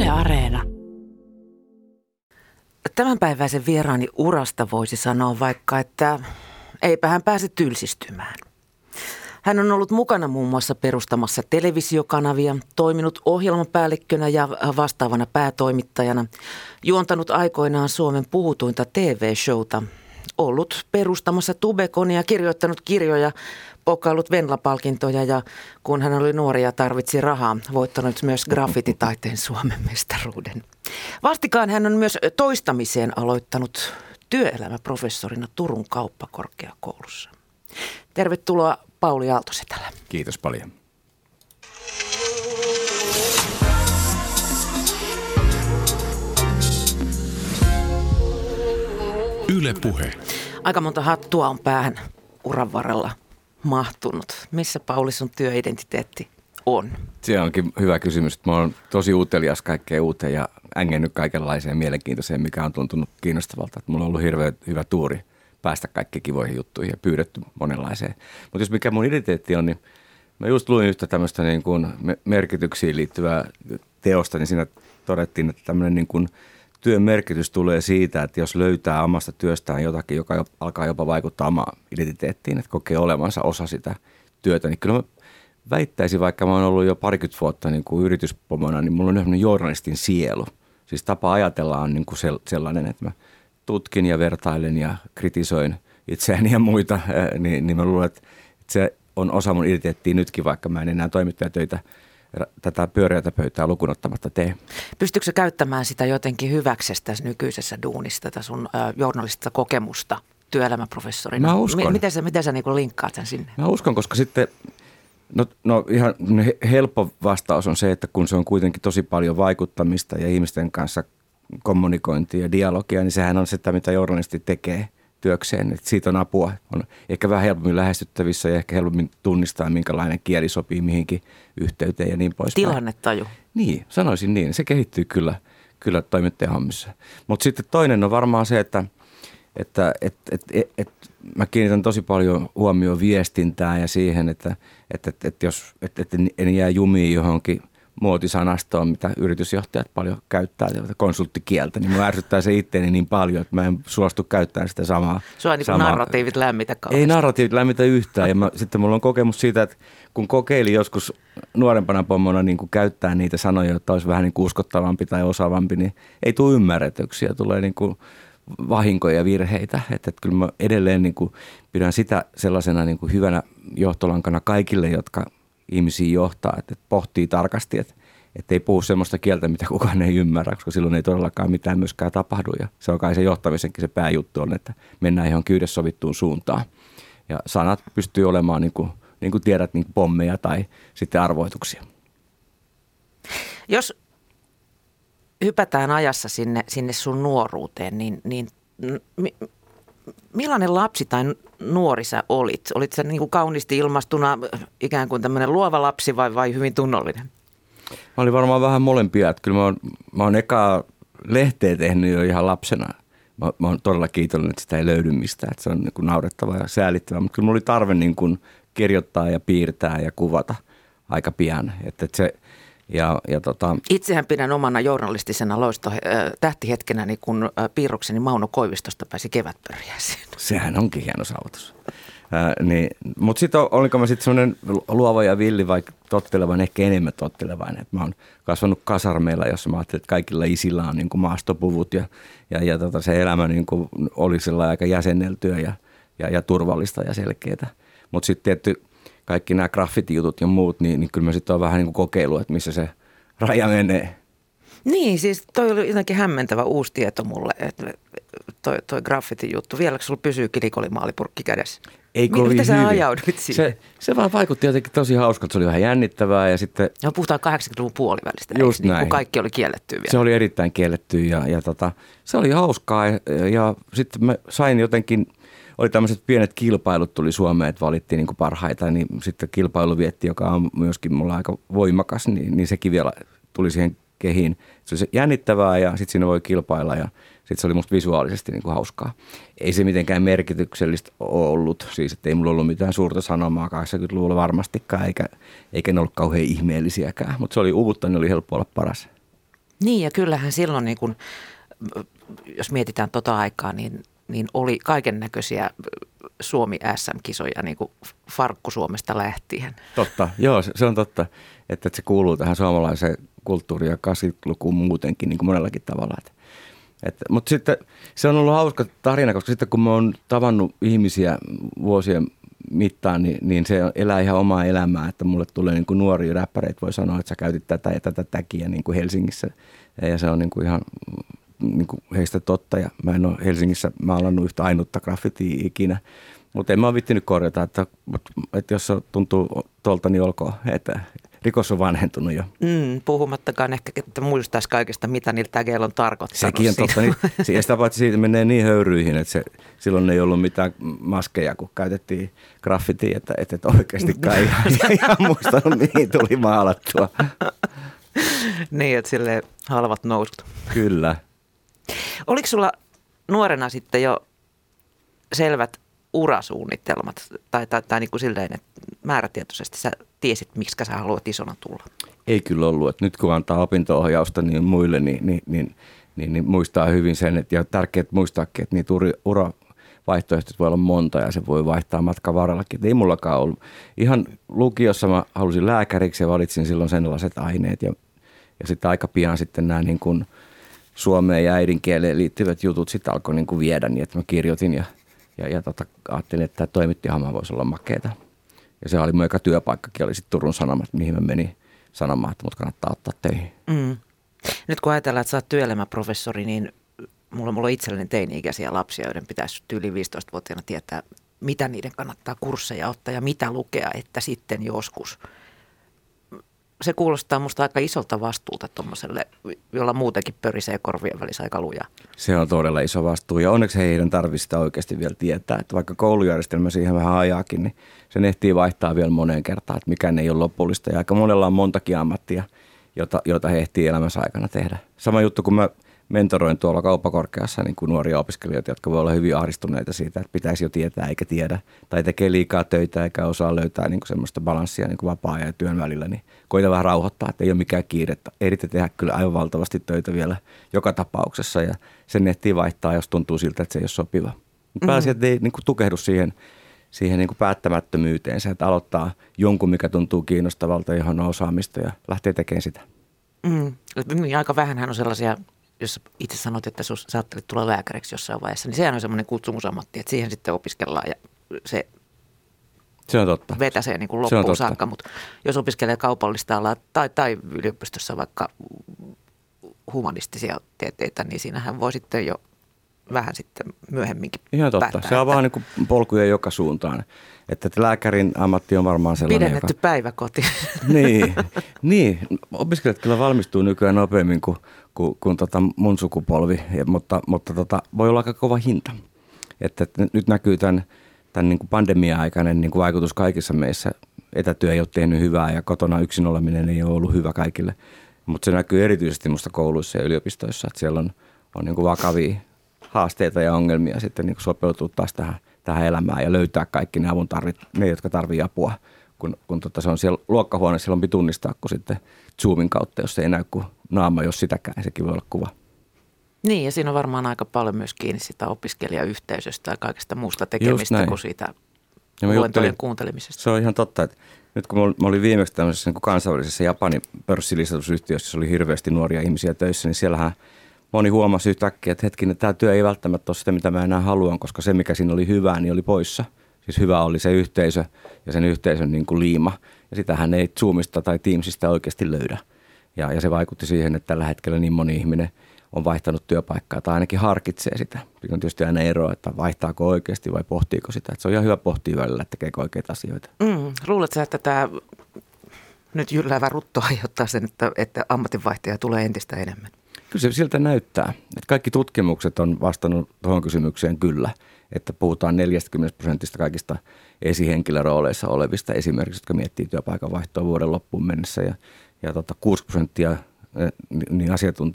Yle Areena. Tämänpäiväisen vieraani urasta voisi sanoa vaikka, että eipä hän pääse tylsistymään. Hän on ollut mukana muun muassa perustamassa televisiokanavia, toiminut ohjelmapäällikkönä ja vastaavana päätoimittajana, juontanut aikoinaan Suomen puhutuinta TV-showta, ollut perustamassa Tubeconia, kirjoittanut kirjoja, pokaillut Venla-palkintoja ja kun hän oli nuori ja tarvitsi rahaa, voittanut myös graffititaiteen Suomen mestaruuden. Vastikään hän on myös toistamiseen aloittanut työelämäprofessorina Turun kauppakorkeakoulussa. Tervetuloa Pauli Aaltosetälä. Kiitos paljon. Yle Puhe. Aika monta hattua on päähän uran varrella mahtunut. Missä Pauli sun työidentiteetti on? Se onkin hyvä kysymys. Mä oon tosi utelias kaikkeen uuteen ja ängennyt kaikenlaiseen mielenkiintoiseen, mikä on tuntunut kiinnostavalta. Mulla on ollut hirveän hyvä tuuri päästä kaikkiin kivoihin juttuihin ja pyydetty monenlaiseen. Mutta jos mikä mun identiteetti on, niin mä just luin yhtä tämmöistä niin kuin merkityksiin liittyvää teosta, niin siinä todettiin, että tämmöinen niin kuin työn merkitys tulee siitä, että jos löytää omasta työstään jotakin, joka alkaa jopa vaikuttaa omaan identiteettiin, että kokee olevansa osa sitä työtä, niin kyllä mä väittäisin, vaikka mä oon ollut jo parikymmentä vuotta niin kuin yrityspomona, niin mulla on yhden journalistin sielu. Siis tapa ajatella on niin kuin sellainen, että mä tutkin ja vertailen ja kritisoin itseäni ja muita, niin mä luulen, että se on osa mun identiteettiä nytkin, vaikka mä en enää toimittajatöitä tätä pyöreätä pöytää lukuun ottamatta tee. Pystytkö käyttämään sitä jotenkin hyväksesi tässä nykyisessä duunissa, tätä sun journalistista kokemusta työelämäprofessorina? Mä uskon. Miten sä niin linkkaat sen sinne? Mä uskon, koska sitten, no ihan helppo vastaus on se, että kun se on kuitenkin tosi paljon vaikuttamista ja ihmisten kanssa kommunikointia ja dialogia, niin sehän on sitä, mitä journalisti tekee työkseen. Että siitä on apua. On ehkä vähän helpommin lähestyttävissä ja ehkä helpommin tunnistaa, minkälainen kieli sopii mihinkin yhteyteen ja niin poispäin. Tilannetaju. Niin, sanoisin niin. Se kehittyy kyllä toimittajan hommissa. Mutta sitten toinen on varmaan se, että mä kiinnitän tosi paljon huomioon viestintään ja siihen, että jos en jää jumiin johonkin muotisanastoon, mitä yritysjohtajat paljon käyttää, konsulttikieltä, niin mä ärsyttää se itteeni niin paljon, että mä en suostu käyttämään sitä samaa. Sua ei niin narratiivit lämmitä kauheasti. Ei narratiivit lämmitä yhtään. Ja sitten mulla on kokemus siitä, että kun kokeili joskus nuorempana pommona niin kuin käyttää niitä sanoja, jotta olisi vähän niin kuin uskottavampi tai osaavampi, niin ei tule ymmärretyksiä, tulee niin kuin vahinkoja ja virheitä. Että kyllä mä edelleen niin kuin pidän sitä sellaisena niin kuin hyvänä johtolankana kaikille, jotka ihmisiä johtaa, että pohtii tarkasti, että ei puhu semmoista kieltä, mitä kukaan ei ymmärrä, koska silloin ei todellakaan mitään myöskään tapahdu. Ja se on kai se johtamisenkin se pääjuttu on, että mennään johonkin yhdessä sovittuun suuntaan. Ja sanat pystyy olemaan, niin kuin tiedät, niin kuin pommeja tai sitten arvoituksia. Jos hypätään ajassa sinne sun nuoruuteen, niin millainen lapsi tai nuori sä olit? Olit sä niin kuin kauniisti ilmastuna ikään kuin tämmöinen luova lapsi vai hyvin tunnollinen? Mä olin varmaan vähän molempia. Että kyllä mä oon ekaa lehteä tehnyt jo ihan lapsena. Mä oon todella kiitollinen, että sitä ei löydy mistään. Että se on niin kuin naurettava ja säälittävä. Mutta kyllä mulla oli tarve niin kuin kirjoittaa ja piirtää ja kuvata aika pian. Itsehän pidän omana journalistisena tähtihetkenäni, kun piirrokseni Mauno Koivistosta pääsi kevätpörjäisiin. Sehän onkin hieno saavutus. Mutta sitten olinko mä sitten semmoinen luova ja villi vai tottelevainen, ehkä enemmän tottelevainen. Et mä oon kasvanut kasarmeilla, jossa mä ajattelin, että kaikilla isillä on niin kuin maastopuvut ja se elämä niin kuin oli sellainen aika jäsenneltyä ja turvallista ja selkeää. Mutta sitten tietty kaikki nämä graffiti-jutut ja muut, niin kyllä mä sitten oon vähän niin kuin kokeillut, että missä se raja menee. Niin, siis toi oli jotenkin hämmentävä uusi tieto mulle, että toi graffiti-juttu. Vieläkö sulla pysyy kilikolimaalipurkki kädessä? Mitä sä ajaudut siihen? Se vaan vaikutti jotenkin tosi hauskalta. Se oli vähän jännittävää ja sitten... No puhutaan 80-luvun puolivälistä, just niin, näin. Kun kaikki oli kiellettyä vielä. Se oli erittäin kiellettyä ja se oli hauskaa ja sitten mä sain jotenkin... Oli tämmöiset pienet kilpailut tuli Suomeen, että valittiin niin kuin parhaita, niin sitten kilpailuvietti, joka on myöskin mulla aika voimakas, niin sekin vielä tuli siihen kehiin. Se oli jännittävää ja sitten siinä voi kilpailla ja sitten se oli musta visuaalisesti niin kuin hauskaa. Ei se mitenkään merkityksellistä ollut, siis että ei mulla ollut mitään suurta sanomaa 80-luvulla varmastikaan, eikä ne ollut kauhean ihmeellisiäkään, mutta se oli uutta, niin oli helppo olla paras. Niin ja kyllähän silloin, niin kun, jos mietitään tota aikaa, niin oli kaiken näköisiä Suomi SM-kisoja niin kuin Farkku Suomesta lähtien. Totta, joo, se on totta, että se kuuluu tähän suomalaiseen kulttuuriin ja 80-lukuun muutenkin niin kuin monellakin tavalla. Mutta sitten se on ollut hauska tarina, koska sitten kun mä oon tavannut ihmisiä vuosien mittaan, niin se elää ihan omaa elämää, että mulle tulee niin kuin nuoria räppäreitä, voi sanoa, että sä käytit tätä ja tätä täkiä niin kuin Helsingissä ja se on niin kuin ihan niin kuin heistä totta ja mä en ole Helsingissä maalannut yhtä ainutta graffitia ikinä, mutta en mä ole vittinyt korjata, että jos se tuntuu tuolta, niin olkoon, että rikos on vanhentunut jo. Puhumattakaan ehkä, että muistaisi kaikesta, mitä niillä tägeillä on tarkoittanut. Sekin on totta. Niin, sitä paitsi siitä menee niin höyryihin, että silloin ei ollut mitään maskeja, kun käytettiin graffitia, että et oikeastikaan ihan muistanut, mihin tuli maalattua. Niin, että silleen halvat nousut. Kyllä. Oliko sulla nuorena sitten jo selvät urasuunnitelmat tai niin kuin silleen, että määrätietoisesti sä tiesit, miksi sä haluat isona tulla? Ei kyllä ollut. Että nyt kun antaa opinto-ohjausta niin muille, niin muistaa hyvin sen, että ja tärkeää muistaakin, että niitä uravaihtoehtoja voi olla monta ja se voi vaihtaa matkan varrellakin. Ei mullakaan ollut. Ihan lukiossa mä halusin lääkäriksi ja valitsin silloin sellaiset aineet ja sitten aika pian sitten nämä niin kuin suomeen ja äidinkieleen liittyvät jutut sitten alkoi niin kuin viedä niin, että mä kirjoitin ja ajattelin, että tämä toimittihomma voisi olla makeeta. Ja se oli mun eka työpaikkakin, oli sitten Turun Sanomat, mihin mä menin sanomaan, että mut kannattaa ottaa töihin. Nyt kun ajatellaan, että sä oot työelämäprofessori, niin mulla on itselleni teini-ikäisiä lapsia, joiden pitäisi yli 15-vuotiaana tietää, mitä niiden kannattaa kursseja ottaa ja mitä lukea, että sitten joskus. Se kuulostaa musta aika isolta vastuulta tuommoiselle, jolla muutenkin pörisee korvien välissä aika lujaa. Se on todella iso vastuu ja onneksi heidän tarvitsee sitä oikeasti vielä tietää, että vaikka koulujärjestelmä siihen vähän ajaakin, niin se ehtii vaihtaa vielä moneen kertaan, että mikään ei ole lopullista ja aika monella on montakin ammattia, jota he ehtii elämänsä aikana tehdä. Sama juttu, kun mä mentoroin tuolla kauppakorkeassa niin kuin nuoria opiskelijoita, jotka voi olla hyvin ahdistuneita siitä, että pitäisi jo tietää eikä tiedä. Tai tekee liikaa töitä eikä osaa löytää niin kuin semmoista balanssia niin kuin vapaa-ajan ja työn välillä. Niin koita vähän rauhoittaa, että ei ole mikään kiirettä. Ehditä tehdä kyllä aivan valtavasti töitä vielä joka tapauksessa ja sen ehtii vaihtaa, jos tuntuu siltä, että se ei ole sopiva. Pääasiassa että ei niin kuin tukehdu siihen niin kuin päättämättömyyteen, se, että aloittaa jonkun, mikä tuntuu kiinnostavalta, johon on osaamista ja lähtee tekemään sitä. Aika vähänhän on sellaisia, jos itse sanot, että sä ajattelit tulla lääkäriksi jossain vaiheessa, niin sehän on semmoinen kutsumusammatti, että siihen sitten opiskellaan ja se on totta. Vetäsee niin kuin loppuun saakka. Mutta jos opiskelee kaupallista alaa tai yliopistossa vaikka humanistisia tieteitä, niin siinähän voi sitten jo vähän sitten myöhemminkin ihan totta. päättää. Se on vaan niin kuin polkuja joka suuntaan. Että lääkärin ammatti on varmaan sellainen, pidennetty päiväkoti. Niin, opiskelijat kyllä valmistuu nykyään nopeammin kuin mun sukupolvi, mutta voi olla aika kova hinta. Että nyt näkyy tämän niin kuin pandemia-aikainen niin kuin vaikutus kaikissa meissä. Etätyö ei ole tehnyt hyvää ja kotona yksin oleminen ei ole ollut hyvä kaikille. Mutta se näkyy erityisesti musta kouluissa ja yliopistoissa, että siellä on niin kuin vakavia haasteita ja ongelmia sitten niin kuin sopeutua taas tähän elämään ja löytää kaikki ne jotka tarvitsevat apua. Kun se on siellä luokkahuoneessa, silloin tunnistaa, kun sitten Zoomin kautta, jos se ei näy kuin naama, jos sitäkään, sekin voi olla kuva. Niin, ja siinä on varmaan aika paljon myös kiinni sitä opiskelijayhteisöstä ja kaikesta muusta tekemistä kuin siitä luentojen kuuntelemisesta. Se on ihan totta, että nyt kun mä olin viimeksi tämmöisessä niin kansainvälisessä Japanin pörssilistatusyhtiössä, jossa oli hirveästi nuoria ihmisiä töissä, niin siellähän moni huomasi yhtäkkiä, että hetkinen, tämä työ ei välttämättä ole sitä, mitä mä enää haluan, koska se, mikä siinä oli hyvää, niin oli poissa. Siis hyvä oli se yhteisö ja sen yhteisön niin kuin liima. Ja sitähän ei Zoomista tai Teamsista oikeasti löydä. Ja se vaikutti siihen, että tällä hetkellä niin moni ihminen on vaihtanut työpaikkaa tai ainakin harkitsee sitä. Siinä on tietysti aina ero, että vaihtaako oikeasti vai pohtiiko sitä. Että se on ihan hyvä pohtia välillä, että tekeekö oikeita asioita. Luuletko, että tämä nyt jylläävä rutto aiheuttaa sen, että ammatinvaihtajia tulee entistä enemmän? Kyllä se siltä näyttää. Että kaikki tutkimukset on vastannut tuohon kysymykseen kyllä. Että puhutaan 40% kaikista esihenkilörooleissa olevista esimerkiksi, jotka miettii työpaikan vaihtoa vuoden loppuun mennessä. Ja 6% niin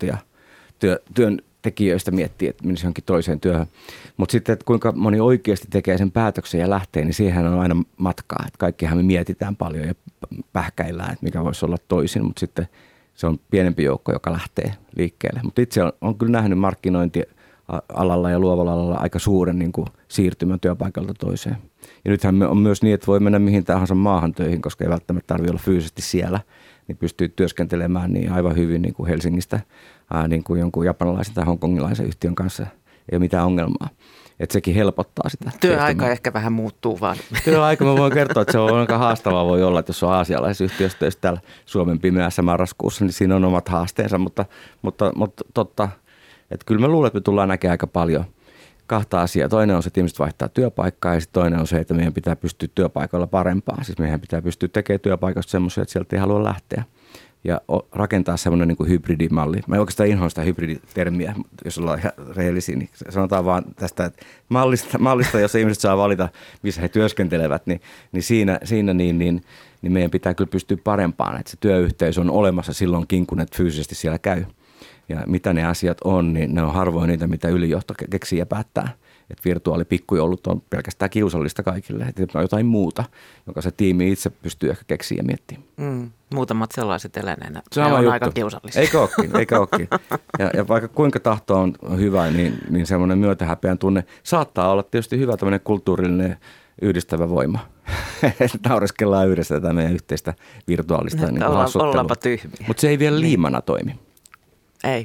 työntekijöistä miettii, että menisi johonkin toiseen työhön. Mutta sitten, että kuinka moni oikeasti tekee sen päätöksen ja lähtee, niin siihen on aina matkaa. Että kaikkihan me mietitään paljon ja pähkäillään, että mikä voisi olla toisin, mutta sitten se on pienempi joukko, joka lähtee liikkeelle. Mutta itse on kyllä nähnyt markkinointialalla ja luovalla alalla aika suuren niin kuin siirtymän työpaikalta toiseen. Ja nythän on myös niin, että voi mennä mihin tahansa maahan töihin, koska ei välttämättä tarvitse olla fyysisesti siellä, niin pystyy työskentelemään niin aivan hyvin niin kuin Helsingistä niin kuin jonkun japanilaisen tai hongkongilaisen yhtiön kanssa. Ei ole mitään ongelmaa. Että sekin helpottaa sitä. Työaika ehkä vähän muuttuu vaan. Työaika, mä voin kertoa, että se on aika haastavaa voi olla, että jos on aasialaisessa yhtiössä töissä täällä Suomen pimeässä marraskuussa, niin siinä on omat haasteensa, mutta totta, että kyllä mä luulen, että me tullaan näkemään aika paljon kahta asiaa. Toinen on se, että ihmiset vaihtaa työpaikkaa ja sitten toinen on se, että meidän pitää pystyä työpaikoilla parempaan. Siis meidän pitää pystyä tekemään työpaikasta semmoisia, että sieltä ei halua lähteä. Ja rakentaa semmoinen niin kuin hybridimalli. Mä en oikeastaan inhoa sitä hybriditermiä, jos ollaan ihan rehellisiä, niin sanotaan vaan tästä mallista, jos ihmiset saa valita, missä he työskentelevät, niin siinä meidän pitää kyllä pystyä parempaan, että se työyhteys on olemassa silloinkin, kun ne fyysisesti siellä käy. Ja mitä ne asiat on, niin ne on harvoin niitä, mitä ylijohto keksii ja päättää. Että virtuaalipikkujoulut on pelkästään kiusallista kaikille, että on jotain muuta, jonka se tiimi itse pystyy ehkä keksiä ja miettimään. Muutamat sellaiset eläneenä, se on juttu. Aika kiusallisia. Eikä olekin. Ja vaikka kuinka tahto on hyvä, niin semmoinen myötähäpeän tunne saattaa olla tietysti hyvä tämmöinen kulttuurillinen yhdistävä voima. Naureskellaan yhdessä tätä meidän yhteistä virtuaalista niin hassuttelua. Ollaanpa tyhmiä. Mutta se ei vielä liimana toimi. Ei.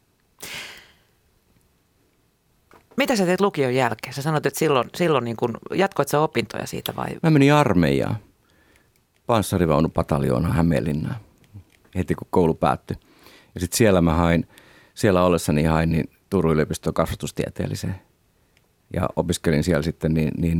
Mitä sä teet lukion jälkeen? Sä sanoit, että silloin niin kun, jatkoit sä opintoja siitä vai? Mä menin armeijaan. Panssarivaunupataljoonaan Hämeenlinnaan heti kun koulu päättyi. Ja sitten siellä ollessani hain niin Turun yliopiston kasvatustieteelliseen. Ja opiskelin siellä sitten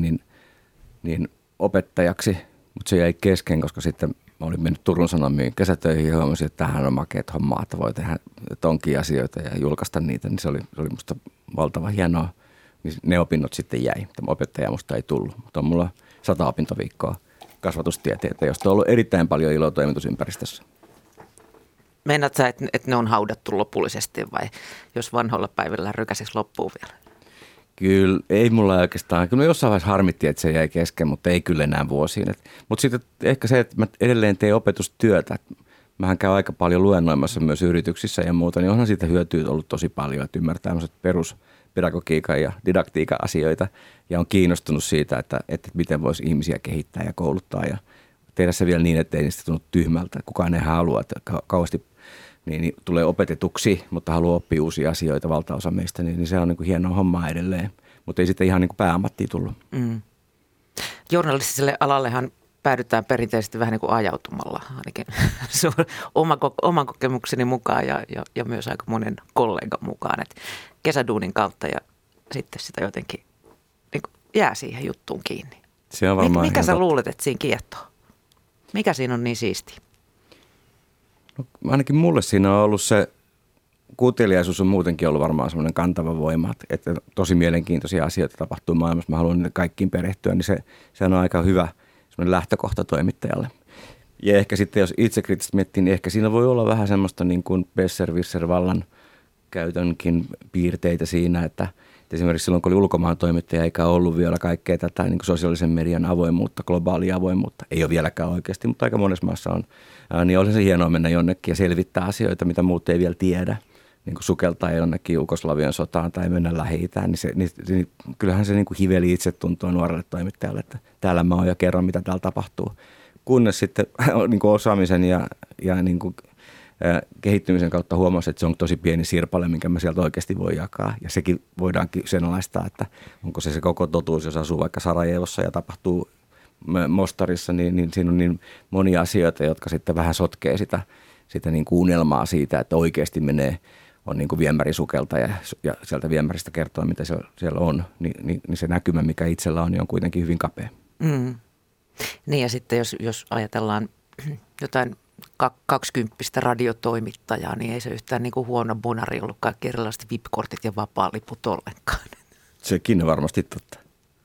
niin opettajaksi, mutta se jäi kesken, koska sitten mä olin mennyt Turun Sanomiin kesätöihin ja huomasin, että tämähän on makeat hommaa, että voi tehdä tonkia asioita ja julkaista niitä, niin se oli musta valtava hienoa. Niin ne opinnot sitten jäi. Tämä opettaja musta ei tullut, mutta on mulla 100 opintoviikkoa kasvatustieteitä, josta on ollut erittäin paljon iloa toimitusympäristössä. Meinaat sä, että ne on haudattu lopullisesti vai jos vanhoilla päivillä rykäsisi loppuun vielä? Kyllä, ei mulla oikeastaan. Kyllä jossain vaiheessa harmitti, että se jäi kesken, mutta ei kyllä enää vuosiin. Mutta sitten ehkä se, että mä edelleen teen opetustyötä. Mähän käyn aika paljon luennoimassa myös yrityksissä ja muuta, niin onhan siitä hyötyä ollut tosi paljon, että ymmärtää tämmöiset peruspedagogiikan ja didaktiikan asioita ja on kiinnostunut siitä, että miten voisi ihmisiä kehittää ja kouluttaa ja tehdä se vielä niin, että ei niistä tunnu tyhmältä. Kukaan ei halua, että kauheasti niin tulee opetetuksi, mutta haluaa oppia uusia asioita valtaosa meistä, niin se on niin kuin hienoa hommaa edelleen, mutta ei sitten ihan niin kuin pääammattia tullut. Journalistiselle alallehan päädytään perinteisesti vähän niin kuin ajautumalla, ainakin oman kokemukseni mukaan ja myös aika monen kollegan mukaan, että kesäduunin kautta ja sitten sitä jotenkin niin kuin jää siihen juttuun kiinni. Se on varmaan mikä sä luulet, että siinä kiehtoo? Mikä siinä on niin siistiä? No, ainakin mulle siinä on ollut se, kuunteliaisuus on muutenkin ollut varmaan semmoinen kantava voima, että tosi mielenkiintoisia asioita tapahtuu maailmassa. Mä haluan kaikkiin perehtyä, niin se on aika hyvä semmoinen lähtökohta toimittajalle. Ja ehkä sitten, jos itsekriittisesti miettii, niin ehkä siinä voi olla vähän semmoista niin kuin besserwisser-vallan käytönkin piirteitä siinä, että esimerkiksi silloin, kun oli ulkomaan toimittaja, eikä ollut vielä kaikkea tätä niin kuin sosiaalisen median avoimuutta, globaalia avoimuutta. Ei ole vieläkään oikeasti, mutta aika monessa maassa on. Niin olisi se hienoa mennä jonnekin ja selvittää asioita, mitä muut ei vielä tiedä. Niin kuin sukeltaa jonnekin Jugoslavian sotaan tai mennä Lähi-Itään, niin kyllähän se niin kuin hiveli itse tuntuu nuorelle toimittajalle, että täällä mä oon ja kerron, mitä täällä tapahtuu. Kunnes sitten niin kuin osaamisen ja niin kuin kehittymisen kautta huomasi, että se on tosi pieni sirpale, minkä mä sieltä oikeasti voi jakaa. Ja sekin voidaan kyseenalaistaa, että onko se koko totuus, jos asuu vaikka Sarajevossa ja tapahtuu Mostarissa, niin siinä on niin monia asioita, jotka sitten vähän sotkee sitä niin kuin unelmaa siitä, että oikeasti on niin kuin viemärisukelta ja sieltä viemäristä kertoo, mitä siellä on, niin se näkymä, mikä itsellä on kuitenkin hyvin kapea. Niin ja sitten jos ajatellaan jotain 20 radiotoimittajaa, niin ei se yhtään niin kuin huono bonari ollut kaikki erilaiset VIP-kortit ja vapaaliput ollenkaan. Sekin on varmasti totta.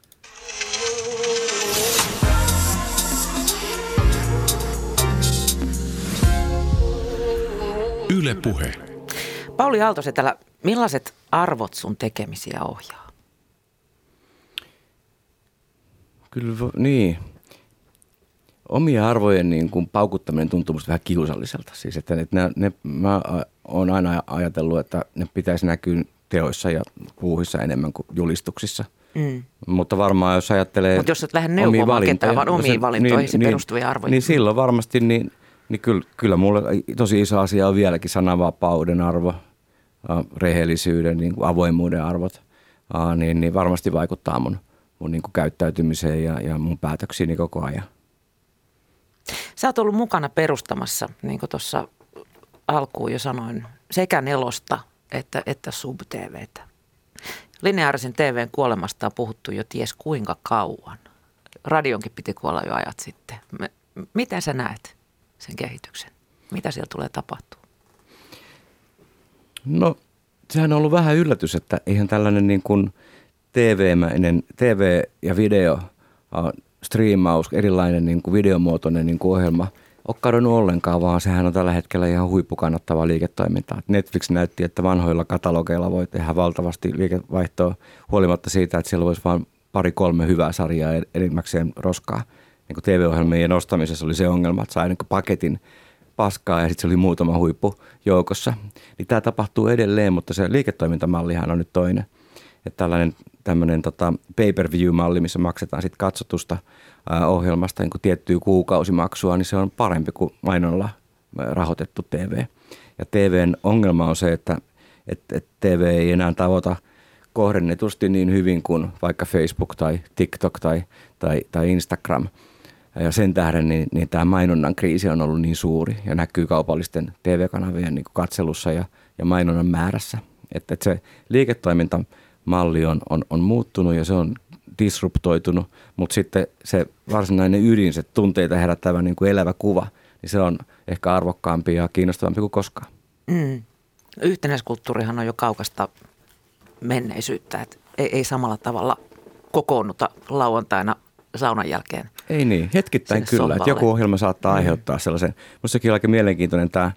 Yle Puhe. Pauli Aaltosetälä, millaiset arvot sun tekemisiä ohjaa? Kyllä, niin. omien arvojen niin kuin paukuttaminen tuntuu musta vähän kiusalliselta. Siis, että mä oon aina ajatellut, että ne pitäisi näkyä teoissa ja puuhissa enemmän kuin julistuksissa. Mutta varmaan jos ajattelee Mutta jos et lähde neuvomaan ketään, vaan omiin valintoihin perustuvia arvoja. Niin silloin varmasti, niin kyllä mulle tosi iso asia on vieläkin sananvapauden arvo, rehellisyyden, niin kuin avoimuuden arvot. Niin varmasti vaikuttaa mun niin kuin käyttäytymiseen ja mun päätöksiini koko ajan. Sä oot ollut mukana perustamassa, niin kuin tuossa alkuun jo sanoin, sekä Nelosta että Sub-TVtä. Lineaarisen TVn kuolemasta on puhuttu jo ties kuinka kauan. Radionkin piti kuolla jo ajat sitten. Miten sä näet sen kehityksen? Mitä siellä tulee tapahtua? No, sehän on ollut vähän yllätys, että eihän tällainen niin kuin TV ja video, striimaus, erilainen niin kuin videomuotoinen niin kuin ohjelma ole kadonnut ollenkaan, vaan sehän on tällä hetkellä ihan huippukannattavaa liiketoimintaa. Netflix näytti, että vanhoilla katalogeilla voi tehdä valtavasti liikevaihtoa huolimatta siitä, että siellä voisi vain 2-3 hyvää sarjaa enimmäkseen roskaa. Niin kuin TV-ohjelmien nostamisessa oli se ongelma, että sai niin kuin paketin paskaa ja sitten se oli muutama huippu joukossa. Niin tämä tapahtuu edelleen, mutta se liiketoimintamallihan on nyt toinen. Että tämmöinen pay-per-view-malli, missä maksetaan sitten katsotusta ohjelmasta niin kuin tiettyä kuukausimaksua, niin se on parempi kuin mainonnalla rahoitettu TV. Ja TVn ongelma on se, että TV ei enää tavoita kohdennetusti niin hyvin kuin vaikka Facebook tai TikTok tai Instagram. Ja sen tähden niin tämä mainonnan kriisi on ollut niin suuri ja näkyy kaupallisten TV-kanavien niin kuin katselussa ja mainonnan määrässä. Että se liiketoimintamalli on muuttunut ja se on disruptoitunut, mutta sitten se varsinainen ydin, se tunteita herättävä niin kuin elävä kuva, niin se on ehkä arvokkaampi ja kiinnostavampi kuin koskaan. Yhtenäiskulttuurihan on jo kaukasta menneisyyttä, että ei samalla tavalla kokoonnuta lauantaina saunan jälkeen. Ei niin, hetkittäin kyllä, sohvalle. Että joku ohjelma saattaa aiheuttaa sellaisen. Minusta sekin on aika mielenkiintoinen tämä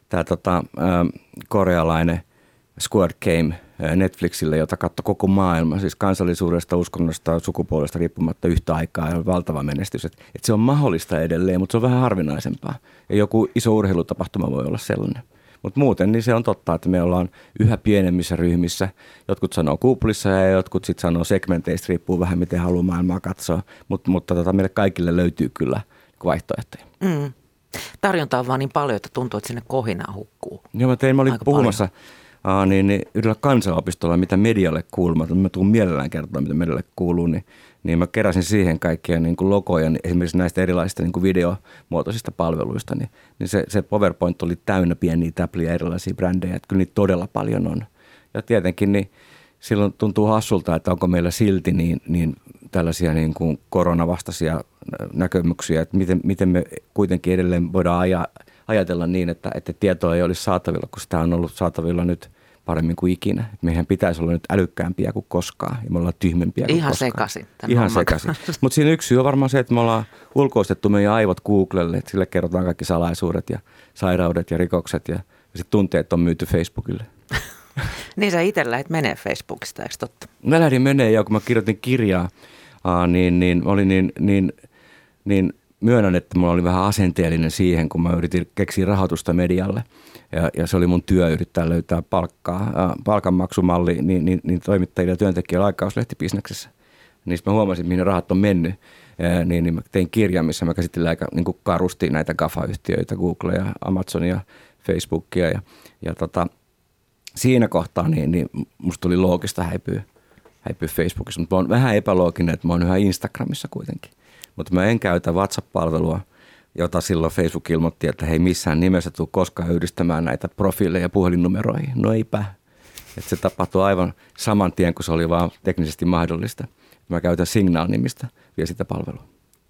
korealainen Squid Game Netflixille, jota katsoi koko maailma, siis kansallisuudesta, uskonnosta, sukupuolesta riippumatta yhtä aikaa ja valtava menestys. Että se on mahdollista edelleen, mutta se on vähän harvinaisempaa. Ja joku iso urheilutapahtuma voi olla sellainen. Mutta muuten niin se on totta, että me ollaan yhä pienemmissä ryhmissä. Jotkut sanoo kuplissa ja jotkut sitten sanoo segmenteistä, riippuu vähän miten haluaa maailmaa katsoa. Mutta meille kaikille löytyy kyllä vaihtoehtoja. Tarjonta on vaan niin paljon, että tuntuu, että sinne kohinaan hukkuu. Joo, mä olin puhumassa niin yhdellä kansanopistolla, mitä medialle kuuluu. Mä tuun mielellään kertoa, mitä medialle kuuluu, niin mä keräsin siihen kaikkia niin kuin logoja, niin esimerkiksi näistä erilaisista niin kuin videomuotoisista palveluista, niin se PowerPoint oli täynnä pieniä täpliä erilaisia brändejä, että kyllä niitä todella paljon on. Ja tietenkin niin silloin tuntuu hassulta, että onko meillä silti niin tällaisia niin kuin koronavastaisia näkemyksiä, että miten me kuitenkin edelleen voidaan ajatella niin, että tietoa ei olisi saatavilla, kun sitä on ollut saatavilla nyt paremmin kuin ikinä. Meidän pitäisi olla nyt älykkäämpiä kuin koskaan ja me ollaan tyhmempiä kuin koskaan. Ihan sekaisin. Mutta siinä yksi syy on varmaan se, että me ollaan ulkoistettu meidän aivot Googlelle, että sille kerrotaan kaikki salaisuudet ja sairaudet ja rikokset ja sitten tunteet on myyty Facebookille. Niin sä itse lähdit menee Facebookista, eikö totta? Mä lähdin menee ja kun mä kirjoitin kirjaa, niin olin niin myönnän, että mulla oli vähän asenteellinen siihen, kun mä yritin keksiä rahoitusta medialle. Ja se oli mun työ yrittää löytää palkanmaksumalli niin toimittajille ja työntekijöille aikakauslehtipisneksessä. Niin mä huomasin, mihin rahat on mennyt. Niin mä tein kirjan, missä mä käsittelin aika niin kuin karusti näitä GAFA-yhtiöitä, Googlea, Amazonia, Facebookia. Ja siinä kohtaa niin musta tuli loogista häipyä Facebookissa. Mutta mä oon vähän epälooginen, että mä oon yhä Instagramissa kuitenkin. Mutta mä en käytä WhatsApp-palvelua, jota silloin Facebook ilmoitti, että hei missään nimessä tule koskaan yhdistämään näitä profiileja puhelinnumeroihin. No eipä. Että se tapahtui aivan saman tien, kun se oli vaan teknisesti mahdollista. Mä käytän Signal-nimistä viestintäpalvelua.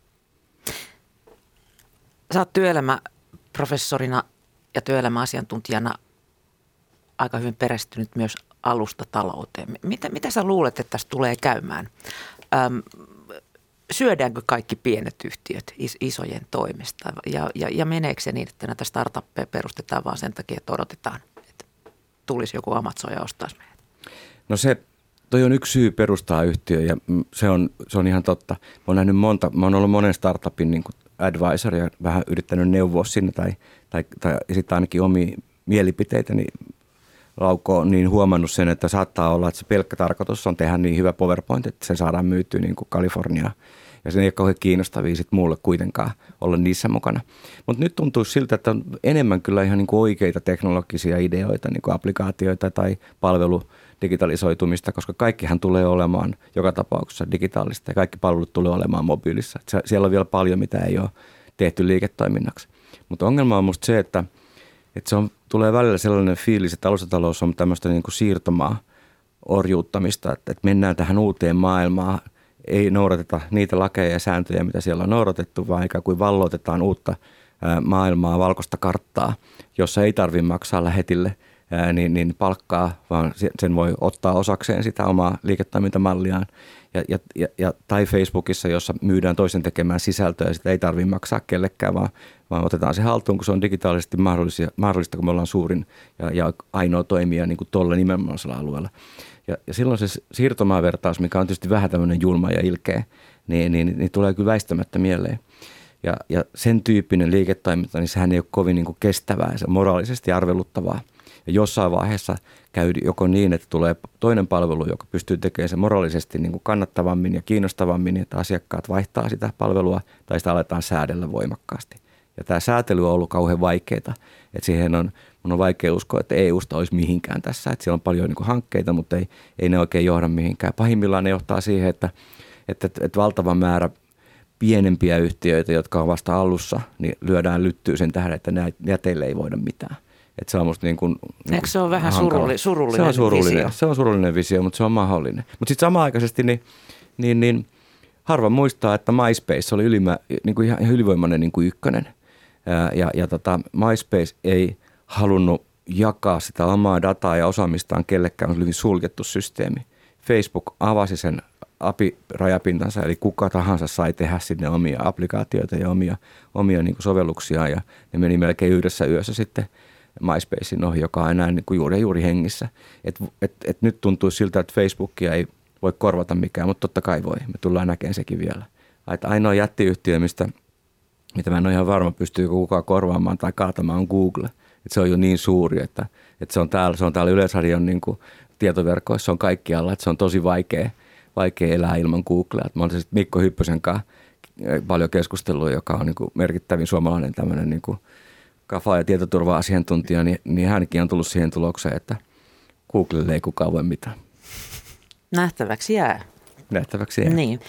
Sä oot työelämäprofessorina ja työelämäasiantuntijana aika hyvin perehtynyt myös alustatalouteen. Mitä sä luulet, että tästä tulee käymään? Syödäänkö kaikki pienet yhtiöt isojen toimesta ja meneekö se niin, että näitä startuppeja perustetaan vaan sen takia, että odotetaan, että tulisi joku Amazon ja ostaisi meidät? No toi on yksi syy perustaa yhtiö ja se on ihan totta. Mä oon ollut monen startupin niin kuin advisor ja vähän yrittänyt neuvoa sinne tai esittää ainakin omia mielipiteitä, niin Lauko on niin huomannut sen, että saattaa olla, että se pelkkä tarkoitus on tehdä niin hyvä PowerPoint, että se saadaan myytyä niin kuin Kaliforniaan. Ja se ei ole kauhean kiinnostavia sit muulle kuitenkaan olla niissä mukana. Mutta nyt tuntuu siltä, että on enemmän kyllä ihan niin kuin oikeita teknologisia ideoita, niin kuin applikaatioita tai palveludigitalisoitumista, koska kaikkihan tulee olemaan joka tapauksessa digitaalista ja kaikki palvelut tulee olemaan mobiilissa. Siellä on vielä paljon, mitä ei ole tehty liiketoiminnaksi. Mutta ongelma on musta se, että tulee välillä sellainen fiilis, että alustatalous on tämmöistä niin kuin siirtomaa orjuuttamista, että mennään tähän uuteen maailmaan. Ei noudateta niitä lakeja ja sääntöjä, mitä siellä on noudatettu, vaan ikään kuin valloitetaan uutta maailmaa, valkoista karttaa, jossa ei tarvitse maksaa lähetille niin palkkaa, vaan sen voi ottaa osakseen sitä omaa liiketoimintamalliaan. Tai Facebookissa, jossa myydään toisen tekemään sisältöä ja sitä ei tarvitse maksaa kellekään, vaan otetaan se haltuun, kun se on digitaalisesti mahdollista, kun me ollaan suurin ja ainoa toimija niin kuin tuolla nimenomaisella alueella. Ja silloin se siirtomaavertaus, mikä on tietysti vähän tämmöinen julma ja ilkeä, niin tulee kyllä väistämättä mieleen. Ja sen tyyppinen liiketoiminta, niin sehän ei ole kovin niin kuin kestävää ja se on moraalisesti arveluttavaa. Ja jossain vaiheessa käy joko niin, että tulee toinen palvelu, joka pystyy tekemään se moraalisesti niin kuin kannattavammin ja kiinnostavammin, että asiakkaat vaihtaa sitä palvelua tai sitä aletaan säädellä voimakkaasti. Ja tämä säätely on ollut kauhean vaikeaa, että mun on vaikea uskoa, että EUsta olisi mihinkään tässä, että siellä on paljon niin kuin hankkeita, mutta ei ne oikein johda mihinkään. Pahimmillaan ne johtaa siihen, että valtava määrä pienempiä yhtiöitä, jotka on vasta alussa, niin lyödään lyttyyn sen tähden, että jäteille ei voida mitään. Että se on musta niin kuin eikö se ole vähän surullinen visio? Se on surullinen visio, mutta se on mahdollinen. Mutta sitten samanaikaisesti niin harva muistaa, että MySpace oli niin kuin ihan ylivoimainen niin kuin ykkönen. MySpace ei halunnut jakaa sitä omaa dataa ja osaamistaan kellekään, on hyvin suljettu systeemi. Facebook avasi sen API-rajapintansa, eli kuka tahansa sai tehdä sinne omia applikaatioita ja omia niin kuin sovelluksiaan, ja ne meni melkein yhdessä yössä sitten MySpacein ohi, joka on enää niin kuin juuri hengissä. Et nyt tuntuu siltä, että Facebookia ei voi korvata mikään, mutta totta kai voi. Me tullaan näkemään sekin vielä. Että ainoa jättiyhtiö, mitä mä en ole ihan varma, pystyykö kukaan korvaamaan tai kaatamaan, on Google. Et se on jo niin suuri, että se on täällä Yleisradion niin kuin tietoverkoissa, se on kaikkialla, että se on tosi vaikea elää ilman Googlea. Mä olen sitten Mikko Hyppösen kanssa paljon keskustelua, joka on niin kuin merkittävin suomalainen tämmöinen niin kuin kafa- ja tietoturva-asiantuntija, niin hänkin on tullut siihen tulokseen, että Googlelle ei kukaan voi mitään. Nähtäväksi jää. Niin.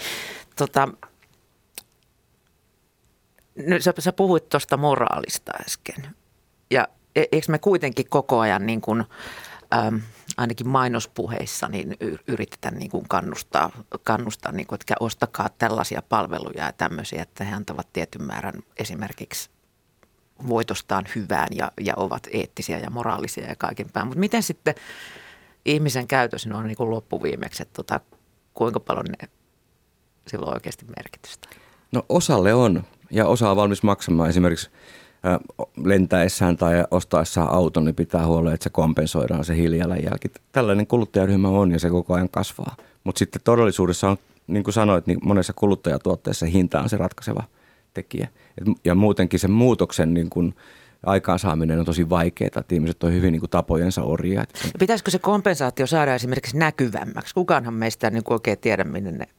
Nyt sä puhuit tuosta moraalista äsken. Ja eikö me kuitenkin koko ajan niin kuin, ainakin mainospuheissa niin yritetään niin kuin kannustaa niin kuin, että ostakaa tällaisia palveluja ja tämmöisiä, että he antavat tietyn määrän esimerkiksi voitostaan hyvään ja ovat eettisiä ja moraalisia ja kaiken päin. Mutta miten sitten ihmisen käytös on niin kuin loppuviimeksi, että kuinka paljon ne sillä on oikeasti merkitystä? No osalle on ja osa on valmis maksamaan esimerkiksi lentäessään tai ostaessaan auton, niin pitää huolella, että se kompensoidaan se hiilijalanjälki. Tällainen kuluttajaryhmä on ja se koko ajan kasvaa. Mutta sitten todellisuudessa on, niin kuin sanoit, niin monessa kuluttajatuotteessa hinta on se ratkaiseva tekijä. Ja muutenkin sen muutoksen niin kuin aikaansaaminen on tosi vaikeaa, että ihmiset on hyvin niin kuin tapojensa orjia. Pitäisikö se kompensaatio saada esimerkiksi näkyvämmäksi? Kukaanhan meistä niin kuin oikein tiedä, minne ne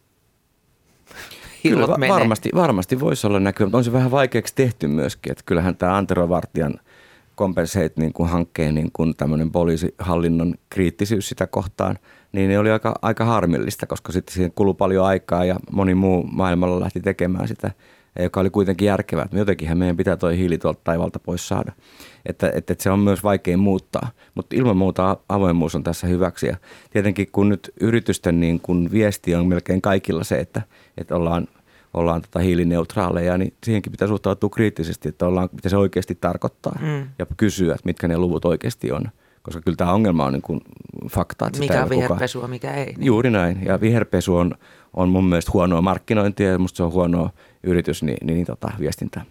Kyllä varmasti voisi olla näkyvä, mutta on se vähän vaikeaksi tehty myöskin. Että kyllähän tämä Antero Vartian Compensate niin kuin hankkeen niin kuin tämmöinen poliisihallinnon kriittisyys sitä kohtaan, niin ne oli aika harmillista, koska sitten siihen kului paljon aikaa ja moni muu maailmalla lähti tekemään sitä, joka oli kuitenkin järkevää. Että jotenkinhän meidän pitää toi hiili tuolta taivalta pois saada. Että se on myös vaikea muuttaa, mutta ilman muuta avoimuus on tässä hyväksi. Ja tietenkin kun nyt yritysten niin kun viesti on melkein kaikilla se, että ollaan hiilineutraaleja, niin siihenkin pitää suhtautua kriittisesti, että mitä se oikeasti tarkoittaa ja kysyä, että mitkä ne luvut oikeasti on. Koska kyllä tämä ongelma on niin kuin fakta. Että mikä on viherpesua, mikä ei. Niin. Juuri näin. Ja viherpesu on mun mielestä huonoa markkinointia ja musta se on huonoa viestintää.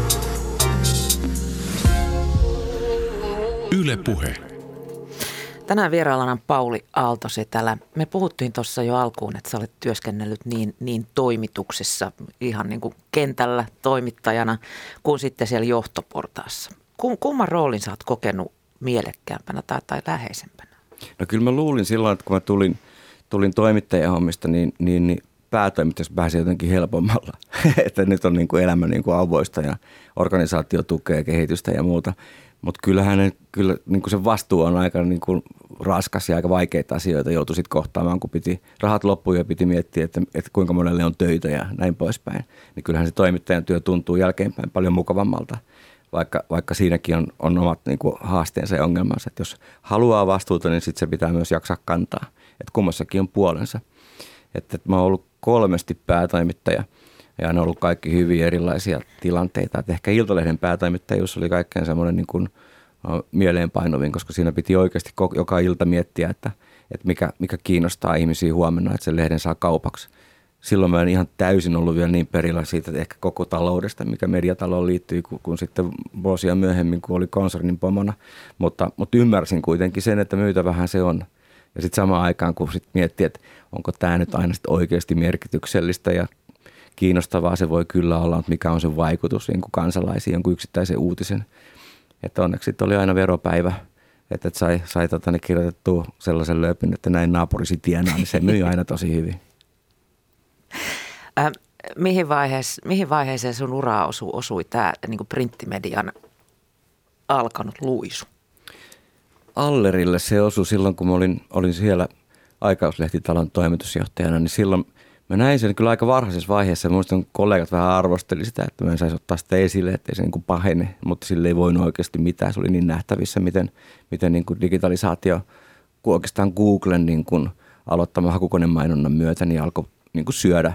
Yle Puhe. Tänään vieraillaan Pauli Aaltosetälä. Me puhuttiin tuossa jo alkuun, että sä olet työskennellyt niin toimituksessa, ihan niin kuin kentällä toimittajana, kuin sitten siellä johtoportaassa. Kumman roolin sä oot kokenut mielekkäämpänä tai läheisempänä? No kyllä mä luulin silloin, että kun mä tulin toimittajahommista, niin päätoimittajaksi pääsi jotenkin helpommalla. Että nyt on niin kuin elämä niin kuin avoista ja organisaatio tukee kehitystä ja muuta. Mutta kyllähän niin kuin se vastuu on aika niin kuin raskas ja aika vaikeita asioita joutui sitten kohtaamaan, kun rahat loppuun ja piti miettiä, että kuinka monelle on töitä ja näin poispäin. Niin kyllähän se toimittajan työ tuntuu jälkeenpäin paljon mukavammalta, vaikka siinäkin on omat niin kuin haasteensa ja ongelmansa. Että jos haluaa vastuuta, niin sitten se pitää myös jaksaa kantaa. Että kummassakin on puolensa. Että mä oon ollut 3 päätoimittaja. Ja ne on ollut kaikki hyvin erilaisia tilanteita. Et ehkä Iltalehden päätoimittajuus oli kaikkein semmoinen niin kuin mieleenpainuvin, koska siinä piti oikeasti joka ilta miettiä, että mikä kiinnostaa ihmisiä huomenna, että sen lehden saa kaupaksi. Silloin mä en ihan täysin ollut vielä niin perillä siitä ehkä koko taloudesta, mikä mediataloon liittyy, kun sitten vuosia myöhemmin, kun oli konsernin pomona. Mutta ymmärsin kuitenkin sen, että myytävähän se on. Ja sitten samaan aikaan, kun sit miettii, että onko tämä nyt aina sit oikeasti merkityksellistä ja kiinnostavaa se voi kyllä olla, mutta mikä on sen vaikutus niin kuin kansalaisiin, jonkun yksittäisen uutisen. Että onneksi sitten oli aina veropäivä, että sai kirjoitettua sellaisen lööpyn, että näin naapurisi tienaa, niin se myi aina tosi hyvin. Mihin vaiheeseen sun uraa osui tämä niin kuin printtimedian alkanut luisu? Allerille se osui silloin, kun mä olin siellä Aikauslehtitalon toimitusjohtajana, niin silloin mä näin sen kyllä aika varhaisessa vaiheessa. Muistan, kollegat vähän arvosteli sitä, että mä en saisi ottaa sitä esille, ettei se niin kuin pahene, mutta sille ei voinut oikeasti mitään. Se oli niin nähtävissä, miten niin kuin digitalisaatio, oikeastaan Googlen niin kuin aloittama hakukonemainonnan myötä, niin alkoi niin kuin syödä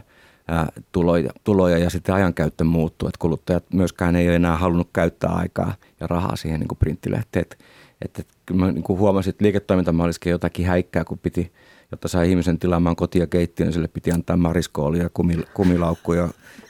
tuloja ja sitten ajankäyttö muuttui. Että kuluttajat myöskään ei ole enää halunnut käyttää aikaa ja rahaa siihen niin kuin printtilehteen. Että kyllä mä niin kuin huomasin, että liiketoimintamalliskin jotakin häikkää, kun jotta sai ihmisen tilaamaan kotiin ja keittiön, sille piti antaa mariskoolia ja kumilaukku ja